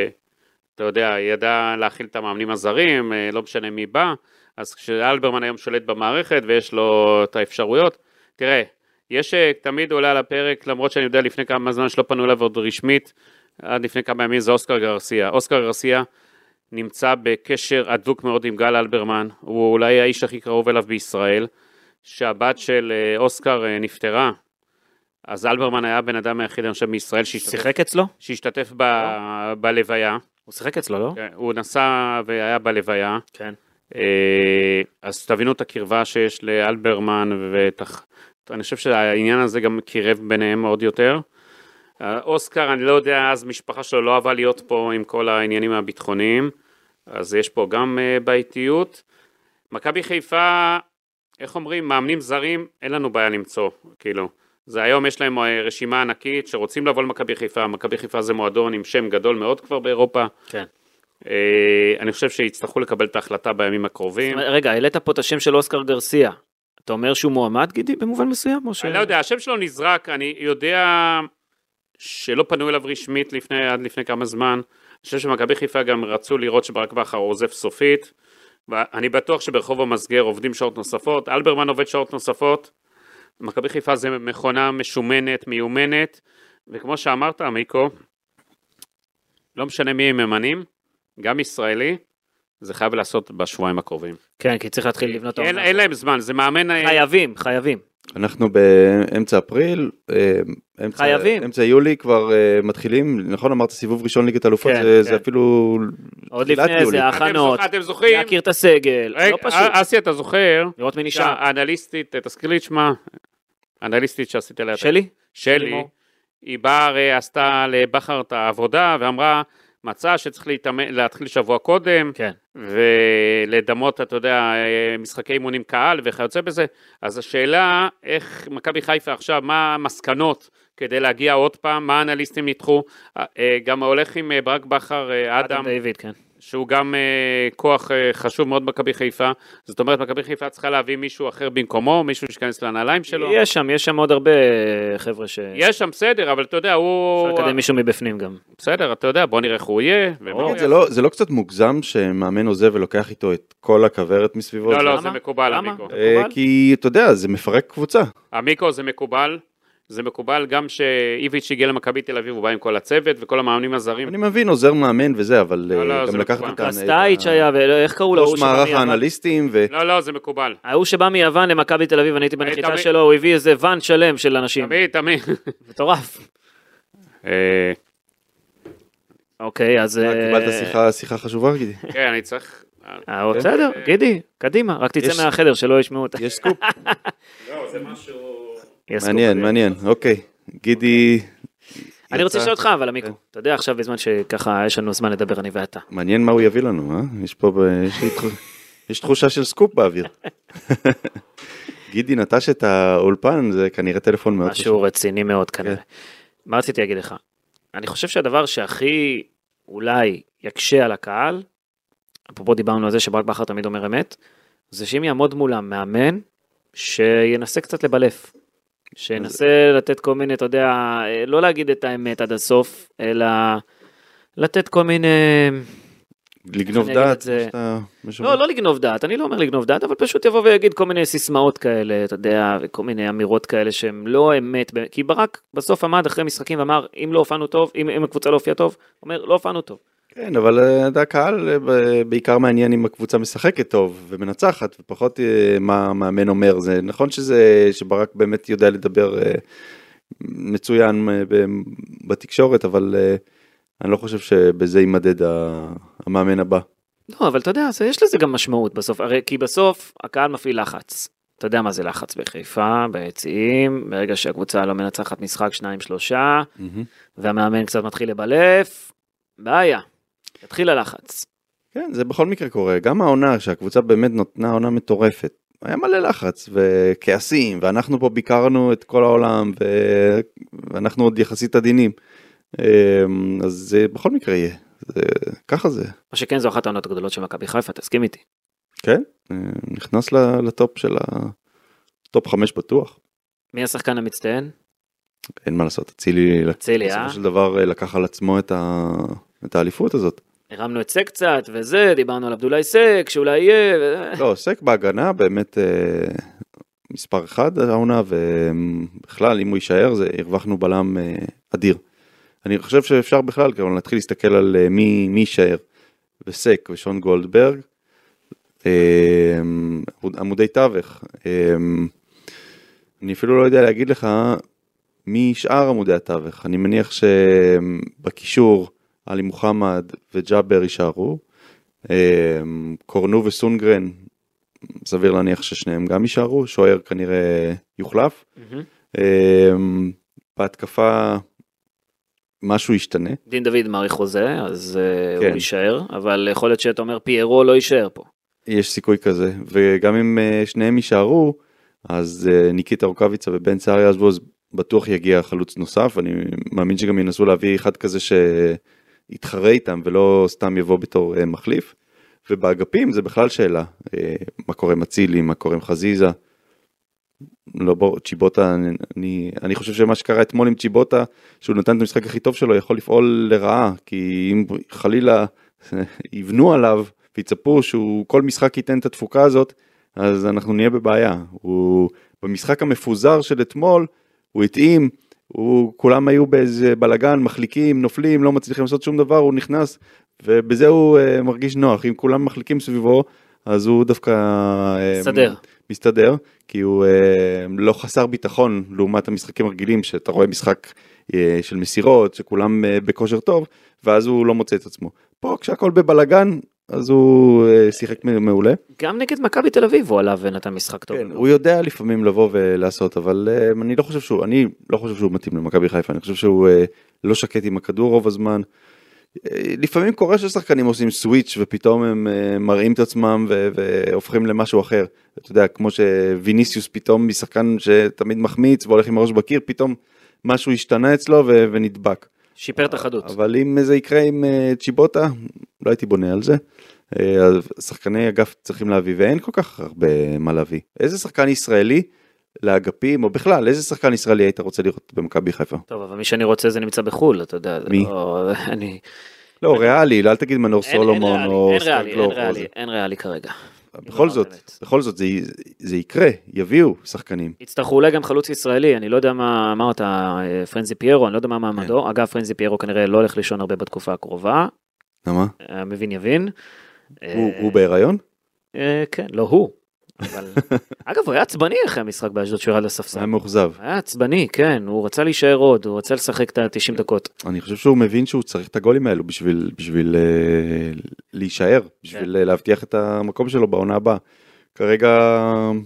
אתה יודע, ידע להכיל את המאמנים הזרים, לא משנה מי בא, אז כשאלברמן היום שולט במערכת ויש לו את האפשרויות, תראה, יש תמיד עולה על הפרק, למרות שאני יודע לפני כמה זמן שלא פנו אליו עוד רשמית, עד לפני כמה ימים זה אוסקר גרסיה. אוסקר גרסיה נמצא בקשר הדוק מאוד עם גל אלברמן, הוא אולי האיש הכי קרוב אליו בישראל, שהבת של אוסקר נפטרה, אז אלברמן היה בן אדם היחיד, אני חושב, מישראל, שיחק אצלו? שהשתתף בלוויה. הוא שיחק אצלו, לא? הוא נסע והיה בלוויה. כן. אז תבינו את הקרבה שיש לאלברמן, ואני חושב שהעניין הזה גם קירב ביניהם עוד יותר. אוסקר, אני לא יודע, אז משפחה שלו לא אהבה להיות פה עם כל העניינים הביטחוניים, אז יש פה גם בעייתיות. מכבי חיפה, איך אומרים, מאמנים זרים, אין לנו בעיה למצוא, כאילו. זה היום יש להם רשימה ענקית שרוצים לבוא למכבי חיפה, מכבי חיפה זה מועדון עם שם גדול מאוד כבר באירופה. כן. אני חושב שיצטרכו לקבל את ההחלטה בימים הקרובים. רגע, העלית פה את השם של אוסקר גרסיה. אתה אומר שהוא מועמד, גידי, במובן מסוים? אני לא יודע, השם שלו נזרק, אני יודע שלא פנו אליו רשמית עד לפני כמה זמן. אני חושב שמכבי חיפה גם רצו לראות שברק בכר עוזב סופית, ואני בטוח שברחוב המסגר עובדים שעות נוספות, אלברמן עובד שעות נוספות, מכבי חיפה זה מכונה משומנת, מיומנת, וכמו שאמרת, מיקו, לא משנה מי הם ממנים, גם ישראלי, זה חייב לעשות בשבועיים הקרובים. כן, כי צריך להתחיל לבנות... אין להם זמן, זה מאמן... חייבים. אנחנו באמצע אפריל, אמצע יולי כבר מתחילים, נכון אמרת סיבוב ראשון ליגת אלופות, זה אפילו... עוד לפני זה, הכנות, אתם זוכרים? להכיר את הסגל, לא פשוט. אסי, אתה זוכר? לראות מי נשאר. האנליסטית, תזכיר לי את שמה, האנליסטית שעשית עליה. שלי? היא באה, עשתה לבחר את העבודה, ואמרה, מצא שצריך להתחיל שבוע קודם, כן. ולדמות, אתה יודע, משחקי אימונים קהל וכיוצא בזה, אז השאלה, איך מכבי חיפה עכשיו, מה המסקנות כדי להגיע עוד פעם, מה האנליסטים ניתחו, גם הולך עם ברק בכר, אדם דיוויד, כן. שהוא גם כוח חשוב מאוד מכבי חיפה, זאת אומרת, מכבי חיפה צריכה להביא מישהו אחר במקומו, מישהו שכנס לנעליים שלו. יש שם עוד הרבה חבר'ה יש שם, בסדר, אבל אתה יודע, הוא... אפשר לקדם מישהו מבפנים גם. בסדר, אתה יודע, בוא נראה איך הוא יהיה. זה לא קצת מוגזם שמאמן עוזב ולוקח איתו את כל הכוורת מסביבו? לא, זה מקובל, המיקו. כי, אתה יודע, זה מפרק קבוצה. המיקו זה מקובל. זה מקובל גם שאיביץ' הגיע למכבי תל אביב, הוא בא עם כל הצוות וכל המאמנים הזרים. אני מבין, עוזר מאמן וזה, אבל גם לקחת את קרסטייץ' היה, ואיך קראו לו? ראש מערך האנליסטים. לא, זה מקובל. ההוא שבא מיוון למכבי תל אביב, אני הייתי בנחיתה שלו, הוא הביא איזה ואן שלם של אנשים. תמיד. מטורף. אוקיי, אז... קיבלת שיחה חשובה, גידי? כן, אני צריך... בסדר, גידי, קדימה, רק תצא מהחדר שלא ישמעו אותה. יש סקופ. לא, זה משהו... מעניין, אוקיי. גידי... אני רוצה לשאול אותך, אבל עמיקו, אתה יודע עכשיו בזמן שככה יש לנו זמן לדבר אני ואתה. מעניין מה הוא יביא לנו, יש תחושה של סקופ באוויר. גידי נטש את האולפן, זה כנראה טלפון מאוד משהו רציני מאוד כנראה. מה רציתי להגיד לך? אני חושב שהדבר שהכי אולי יקשה על הקהל, אפרופו דיברנו על זה שברק בכר תמיד אומר אמת, זה שאם יעמוד מולם מאמן, שינסה קצת לבלף. שינסה לתת כל מיני, אתה יודע, לא להגיד את האמת עד הסוף, אלא לתת כל מיני... לגנוב דעת? לא לגנוב דעת, אני לא אומר לגנוב דעת, אבל פשוט יבוא ויגיד כל מיני סיסמאות כאלה, אתה יודע, וכל מיני אמירות כאלה שהן לא אמת, כי ברק בסוף עמד אחרי משחקים ואמר, אם לא הופענו טוב, אם הקבוצה לא הופיעה טוב, אומר, לא הופענו טוב. כן, אבל הקהל בעיקר מעניין אם הקבוצה משחקת טוב ומנצחת, ופחות מה מאמן אומר. זה נכון שברק באמת יודע לדבר מצוין בתקשורת, אבל אני לא חושב שבזה יימדד המאמן הבא. לא, אבל אתה יודע, יש לזה גם משמעות בסוף, כי בסוף הקהל מפעיל לחץ. אתה יודע מה זה לחץ בחיפה, ביציעים, ברגע שהקבוצה לא מנצחת משחק 2-3, והמאמן קצת מתחיל לבלף, בעיה. התחיל הלחץ. כן, זה בכל מקרה קורה. גם העונה, שהקבוצה באמת נותנה עונה מטורפת, היה מלא לחץ וכעסים, ואנחנו פה ביקרנו את כל העולם, ואנחנו עוד יחסית עדינים. אז זה בכל מקרה יהיה. ככה זה. מה שכן, זו אחת העונות הגדולות של מכבי חיפה, תסכים איתי. כן, נכנס לטופ של הטופ 5 בטוח. מי השחקן המצטיין? אין מה לעשות, אצילי, בסופו של דבר לקח על עצמו את האליפות הזאת. הרמנו את סק קצת, וזה, דיברנו על עבדולאי סק, שאולי יהיה. לא, סק בהגנה, באמת מספר 1 העונה, ובכלל, אם הוא יישאר, הרווחנו בלם אדיר. אני חושב שאפשר בכלל, כאילו, להתחיל להסתכל על מי יישאר, וסק ושון גולדברג, עמודי תווך. אני אפילו לא יודע להגיד לך מי שאר עמודי התווך. אני מניח שבקישור עלי מוחמד וג'אבר יישארו. קורנו וסונגרן, סביר להניח ששניהם גם יישארו. שוער כנראה יוחלף. בהתקפה משהו ישתנה. דין דוד מעריך חוזה, אז הוא יישאר, אבל יכול להיות שאתה אומר פיירו לא יישאר פה. יש סיכוי כזה, וגם אם שניהם יישארו, אז ניקיטה רוקביצה ובן סער יעזבו, אז בטוח יגיע חלוץ נוסף. אני מאמין שגם ינסו להביא אחד כזה שיתחרה איתם, ולא סתם יבוא בתור מחליף. ובאגפים זה בכלל שאלה, מה קורה עם אצילי, מה קורה עם חזיזה. לא בוא, צ'יבוטה, אני חושב שמה שקרה אתמול עם צ'יבוטה, שהוא נתן את המשחק הכי טוב שלו, יכול לפעול לרעה, כי אם חלילה יבנו עליו, ויצפו שהוא כל משחק ייתן את התפוקה הזאת, אז אנחנו נהיה בבעיה. במשחק המפוזר של אתמול, הוא התאים, כולם היו באיזה בלגן, מחליקים, נופלים, לא מצליחים לעשות שום דבר, הוא נכנס, ובזה הוא מרגיש נוח. אם כולם מחליקים סביבו, אז הוא דווקא מסתדר, כי הוא לא חסר ביטחון לעומת המשחקים הרגילים, שאתה רואה משחק של מסירות, שכולם בכושר טוב, ואז הוא לא מוצא את עצמו. פה כשהכל בבלגן, אז הוא שיחק מעולה. גם נגד מכבי תל אביב הוא עליו ונתן משחק טוב. כן, הוא יודע לפעמים לבוא ולעשות, אבל אני לא חושב שהוא מתאים למכבי חיפה, אני חושב שהוא לא שקט עם הכדור רוב הזמן. לפעמים קורה ששחקנים עושים סוויץ' ופתאום הם מראים את עצמם והופכים למשהו אחר. אתה יודע, כמו שוויניסיוס פתאום משחקן שתמיד מחמיץ והולך עם הראש בקיר, פתאום משהו השתנה אצלו ונדבק. שיפר את החדות. אבל אם זה יקרה עם צ'יבוטה, לא הייתי בונה על זה. שחקני אגף צריכים להביא, ואין כל כך הרבה מה להביא. איזה שחקן ישראלי לאגפים, או בכלל, איזה שחקן ישראלי היית רוצה לראות במכבי חיפה? טוב, אבל מי שאני רוצה זה נמצא בחול, אתה יודע. מי? לא, ריאלי, לא תגיד מנור סולומון או סטרקלור. אין ריאלי כרגע. בכל זאת זה יקרה, יביאו שחקנים. יצטרכו אולי גם חלוץ ישראלי, אני לא יודע מה אמרת, פרנזי פיירו, אני לא יודע מה מעמדו. אגב, פרנזי פיירו כנראה לא הולך לישון הרבה בתקופה הקרובה. למה? המבין יבין. הוא בהיריון? כן, לא הוא. אגב, הוא היה עצבני אחרי המשחק באשדוד שהוא ירד לספסל. היה מאוכזב. היה עצבני, כן, הוא רצה להישאר עוד, הוא רצה לשחק את ה-90 דקות. אני חושב שהוא מבין שהוא צריך את הגולים האלו בשביל להישאר, בשביל להבטיח את המקום שלו בעונה הבאה. כרגע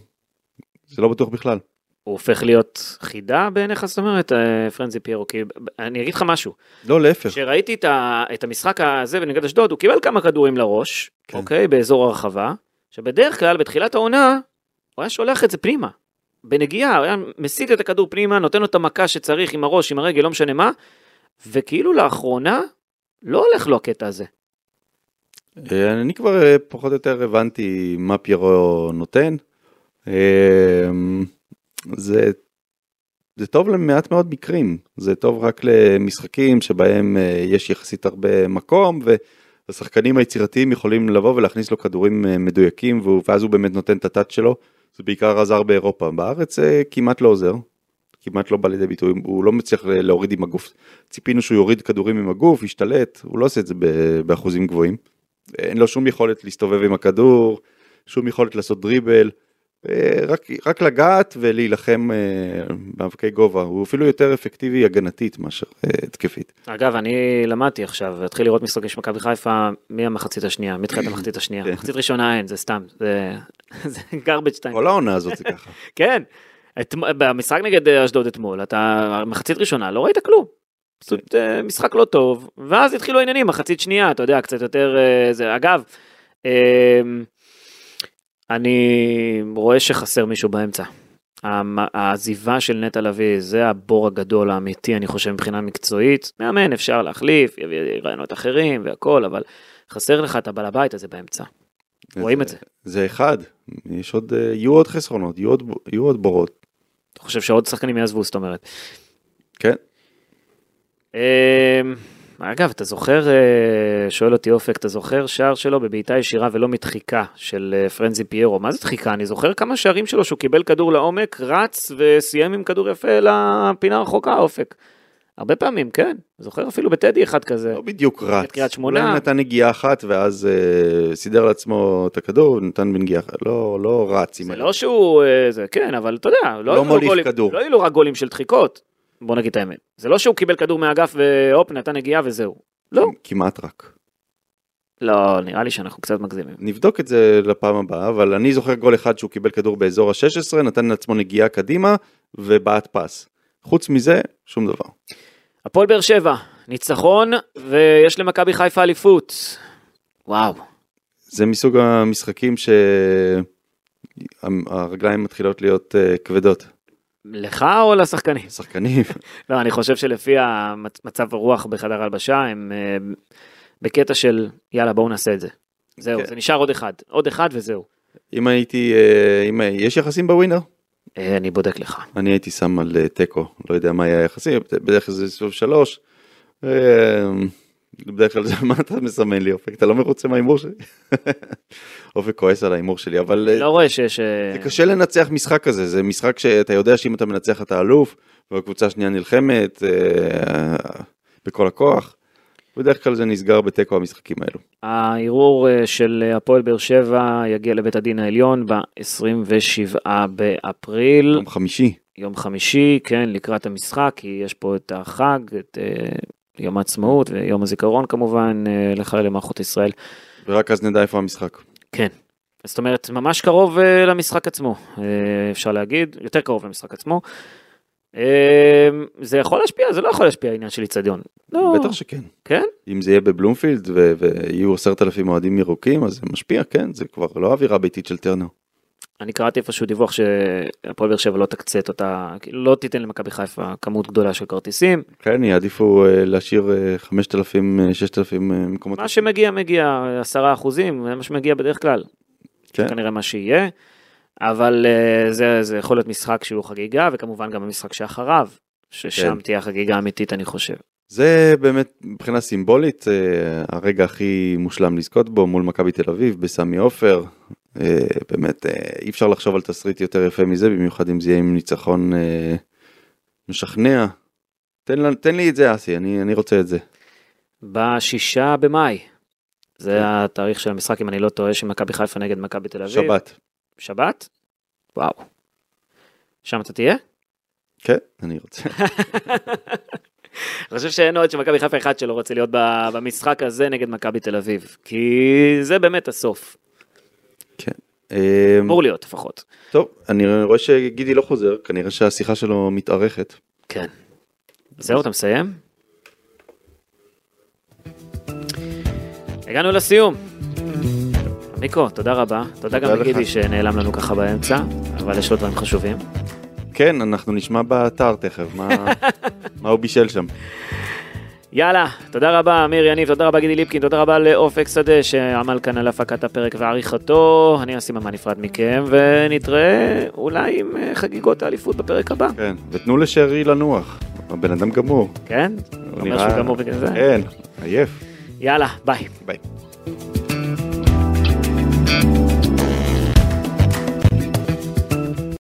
זה לא בטוח בכלל. הוא הופך להיות חידה בעיניך, זאת אומרת, פרנזי פיירו, כי אני אגיד לך משהו. לא, להפך. כשראיתי את המשחק הזה בנגד אשדוד, הוא קיבל כמה כדורים לראש, אוקיי, באזור הרחבה, שבדרך כלל, בתחילת העונה, הוא היה שולח את זה פנימה. בנגיעה, הוא היה מסיט את הכדור פנימה, נותן לו את המכה שצריך עם הראש, עם הרגל, לא משנה מה, וכאילו לאחרונה, לא הולך לו הקטע הזה. אני כבר פחות או יותר הבנתי מה פיירו נותן. זה טוב למעט מאוד מקרים, זה טוב רק למשחקים שבהם יש יחסית הרבה מקום, והשחקנים היצירתיים יכולים לבוא ולהכניס לו כדורים מדויקים, ואז הוא באמת נותן את הטאץ' שלו, זה בעיקר עזר באירופה, בארץ זה כמעט לא עוזר, כמעט לא בא לידי ביטוי, הוא לא מצליח להוריד עם הגוף, ציפינו שהוא יוריד כדורים עם הגוף, ישתלט, הוא לא עושה את זה באחוזים גבוהים, אין לו שום יכולת להסתובב עם הכדור, שום יכולת לעשות דריבל, רק לגעת ולהילחם באבקי גובה, הוא אפילו יותר אפקטיבי הגנתית מאשר התקפית. אגב, אני למדתי עכשיו, התחיל לראות משחקים של מכבי חיפה מהמחצית השנייה, מתחילת המחצית השנייה, מחצית ראשונה אין, זה סתם, זה garbage time. כל העונה הזאת זה ככה. כן, במשחק נגד אשדוד אתמול, אתה מחצית ראשונה, לא ראית כלום. פשוט משחק לא טוב, ואז התחילו העניינים, מחצית שנייה, אתה יודע, קצת יותר, זה, אגב, אני רואה שחסר מישהו באמצע. העזיבה של נטע לביא, זה הבור הגדול האמיתי, אני חושב מבחינה מקצועית, מאמן אפשר להחליף, רעיונות אחרים והכל, אבל חסר לך את הבעל הבית הזה באמצע. רואים את זה. זה אחד, יש עוד, יהיו עוד חסרונות, יהיו עוד בורות. אתה חושב שעוד שחקנים יעזבו, זאת אומרת? כן. אגב, אתה זוכר, שואל אותי אופק, אתה זוכר שער שלו בבעיטה ישירה ולא מדחיקה של פרנזי פיירו? מה זה דחיקה? אני זוכר כמה שערים שלו שהוא קיבל כדור לעומק, רץ וסיים עם כדור יפה לפינה רחוקה, אופק. הרבה פעמים, כן. זוכר אפילו בטדי אחד כזה. לא בדיוק רץ. קריית שמונה. הוא נתן נגיעה אחת ואז סידר לעצמו את הכדור, נתן בנגיעה אחת. לא רץ. זה לא שהוא, זה כן, אבל אתה יודע. לא מוליף כדור. לא יהיו לו רק גולים של דחיקות. בוא נגיד את האמת. זה לא שהוא קיבל כדור מהאגף והופ, נתן נגיעה וזהו. לא. כמעט רק. לא, נראה לי שאנחנו קצת מגזימים. נבדוק את זה לפעם הבאה, אבל אני זוכר גול אחד שהוא קיבל כדור באזור ה-16, נתן לעצמו נגיעה קדימה ובעט פס. חוץ מזה, שום דבר. הפועל באר שבע, ניצחון, ויש למכבי חיפה אליפות. וואו. זה מסוג המשחקים שהרגליים מתחילות להיות כבדות. לך או לשחקנים? שחקנים. לא, אני חושב שלפי מצב הרוח בחדר הלבשה, הם בקטע של, יאללה, בואו נעשה את זה. זהו, זה נשאר עוד אחד. עוד אחד וזהו. אם יש יחסים בווינר? אני בודק לך. אני הייתי שם על טקו, לא יודע מה היה יחסים, בדרך כלל זה סוף 3. בדרך כלל זה מה אתה מסמן לי, אופק, אתה לא מרוצה מהאימור שלי? אופק כועס על האימור שלי, אבל לא רואה שיש... זה קשה לנצח משחק כזה, זה משחק שאתה יודע שאם אתה מנצח אתה אלוף, והקבוצה השנייה נלחמת בכל הכוח, בדרך כלל זה נסגר בטקו המשחקים האלו. הערעור של הפועל באר שבע יגיע לבית הדין העליון ב-27 באפריל. יום חמישי. יום חמישי, כן, לקראת המשחק, כי יש פה את החג, את יום העצמאות ויום הזיכרון כמובן, לחללי מערכות ישראל. ורק אז נדע איפה המשחק. כן. זאת אומרת, ממש קרוב למשחק עצמו, אפשר להגיד, יותר קרוב למשחק עצמו. זה יכול להשפיע, זה לא יכול להשפיע העניין של איצטדיון. בטח שכן. כן? אם זה יהיה בבלומפילד ויהיו 10,000 אוהדים ירוקים, אז זה משפיע, כן, זה כבר לא אווירה ביתית של טרנר. אני קראתי איפשהו דיווח שהפועל באר שבע לא תקצה אותה, לא תיתן למכבי חיפה כמות גדולה של כרטיסים. כן, יעדיפו להשאיר 5,000, 6,000 מקומות. מה שמגיע, מגיע 10%, זה מה שמגיע בדרך כלל. כן. כנראה מה שיהיה, אבל זה יכול להיות משחק שהוא חגיגה, וכמובן גם המשחק שאחריו, ששם תהיה חגיגה אמיתית, אני חושב. זה באמת מבחינה סימבולית, הרגע הכי מושלם לזכות בו מול מכבי תל אביב, בסמי עופר, באמת אי אפשר לחשוב על תסריט יותר יפה מזה, במיוחד אם זה יהיה עם ניצחון משכנע. תן לי את זה אסי, אני רוצה את זה. ב6 במאי, זה התאריך של המשחק, אם אני לא טועה, שמכבי חיפה נגד מכבי תל אביב. שבת. שבת? וואו. שם אתה תהיה? כן, אני רוצה. אני חושב שאין עוד שמכבי חיפה אחד שלא רוצה להיות במשחק הזה נגד מכבי תל אביב, כי זה באמת הסוף. כן. אמור להיות לפחות. טוב, אני רואה שגידי לא חוזר, כנראה שהשיחה שלו מתארכת. כן. זהו, אתה מסיים? הגענו לסיום. מיקו, תודה רבה. תודה גם לגידי שנעלם לנו ככה באמצע, אבל יש לו דברים חשובים. כן, אנחנו נשמע באתר תכף, מה הוא בישל שם. יאללה, תודה רבה אמיר יניב, תודה רבה גידי ליפקין, תודה רבה לאופק שדה שעמל כאן על הפקת הפרק ועריכתו. אני אשים מה נפרד מכם ונתראה אולי עם חגיגות האליפות בפרק הבא. כן, ותנו לשרי לנוח, הבן אדם גמור. כן? הוא אומר שהוא גמור בגלל זה? כן, עייף. יאללה, ביי. ביי.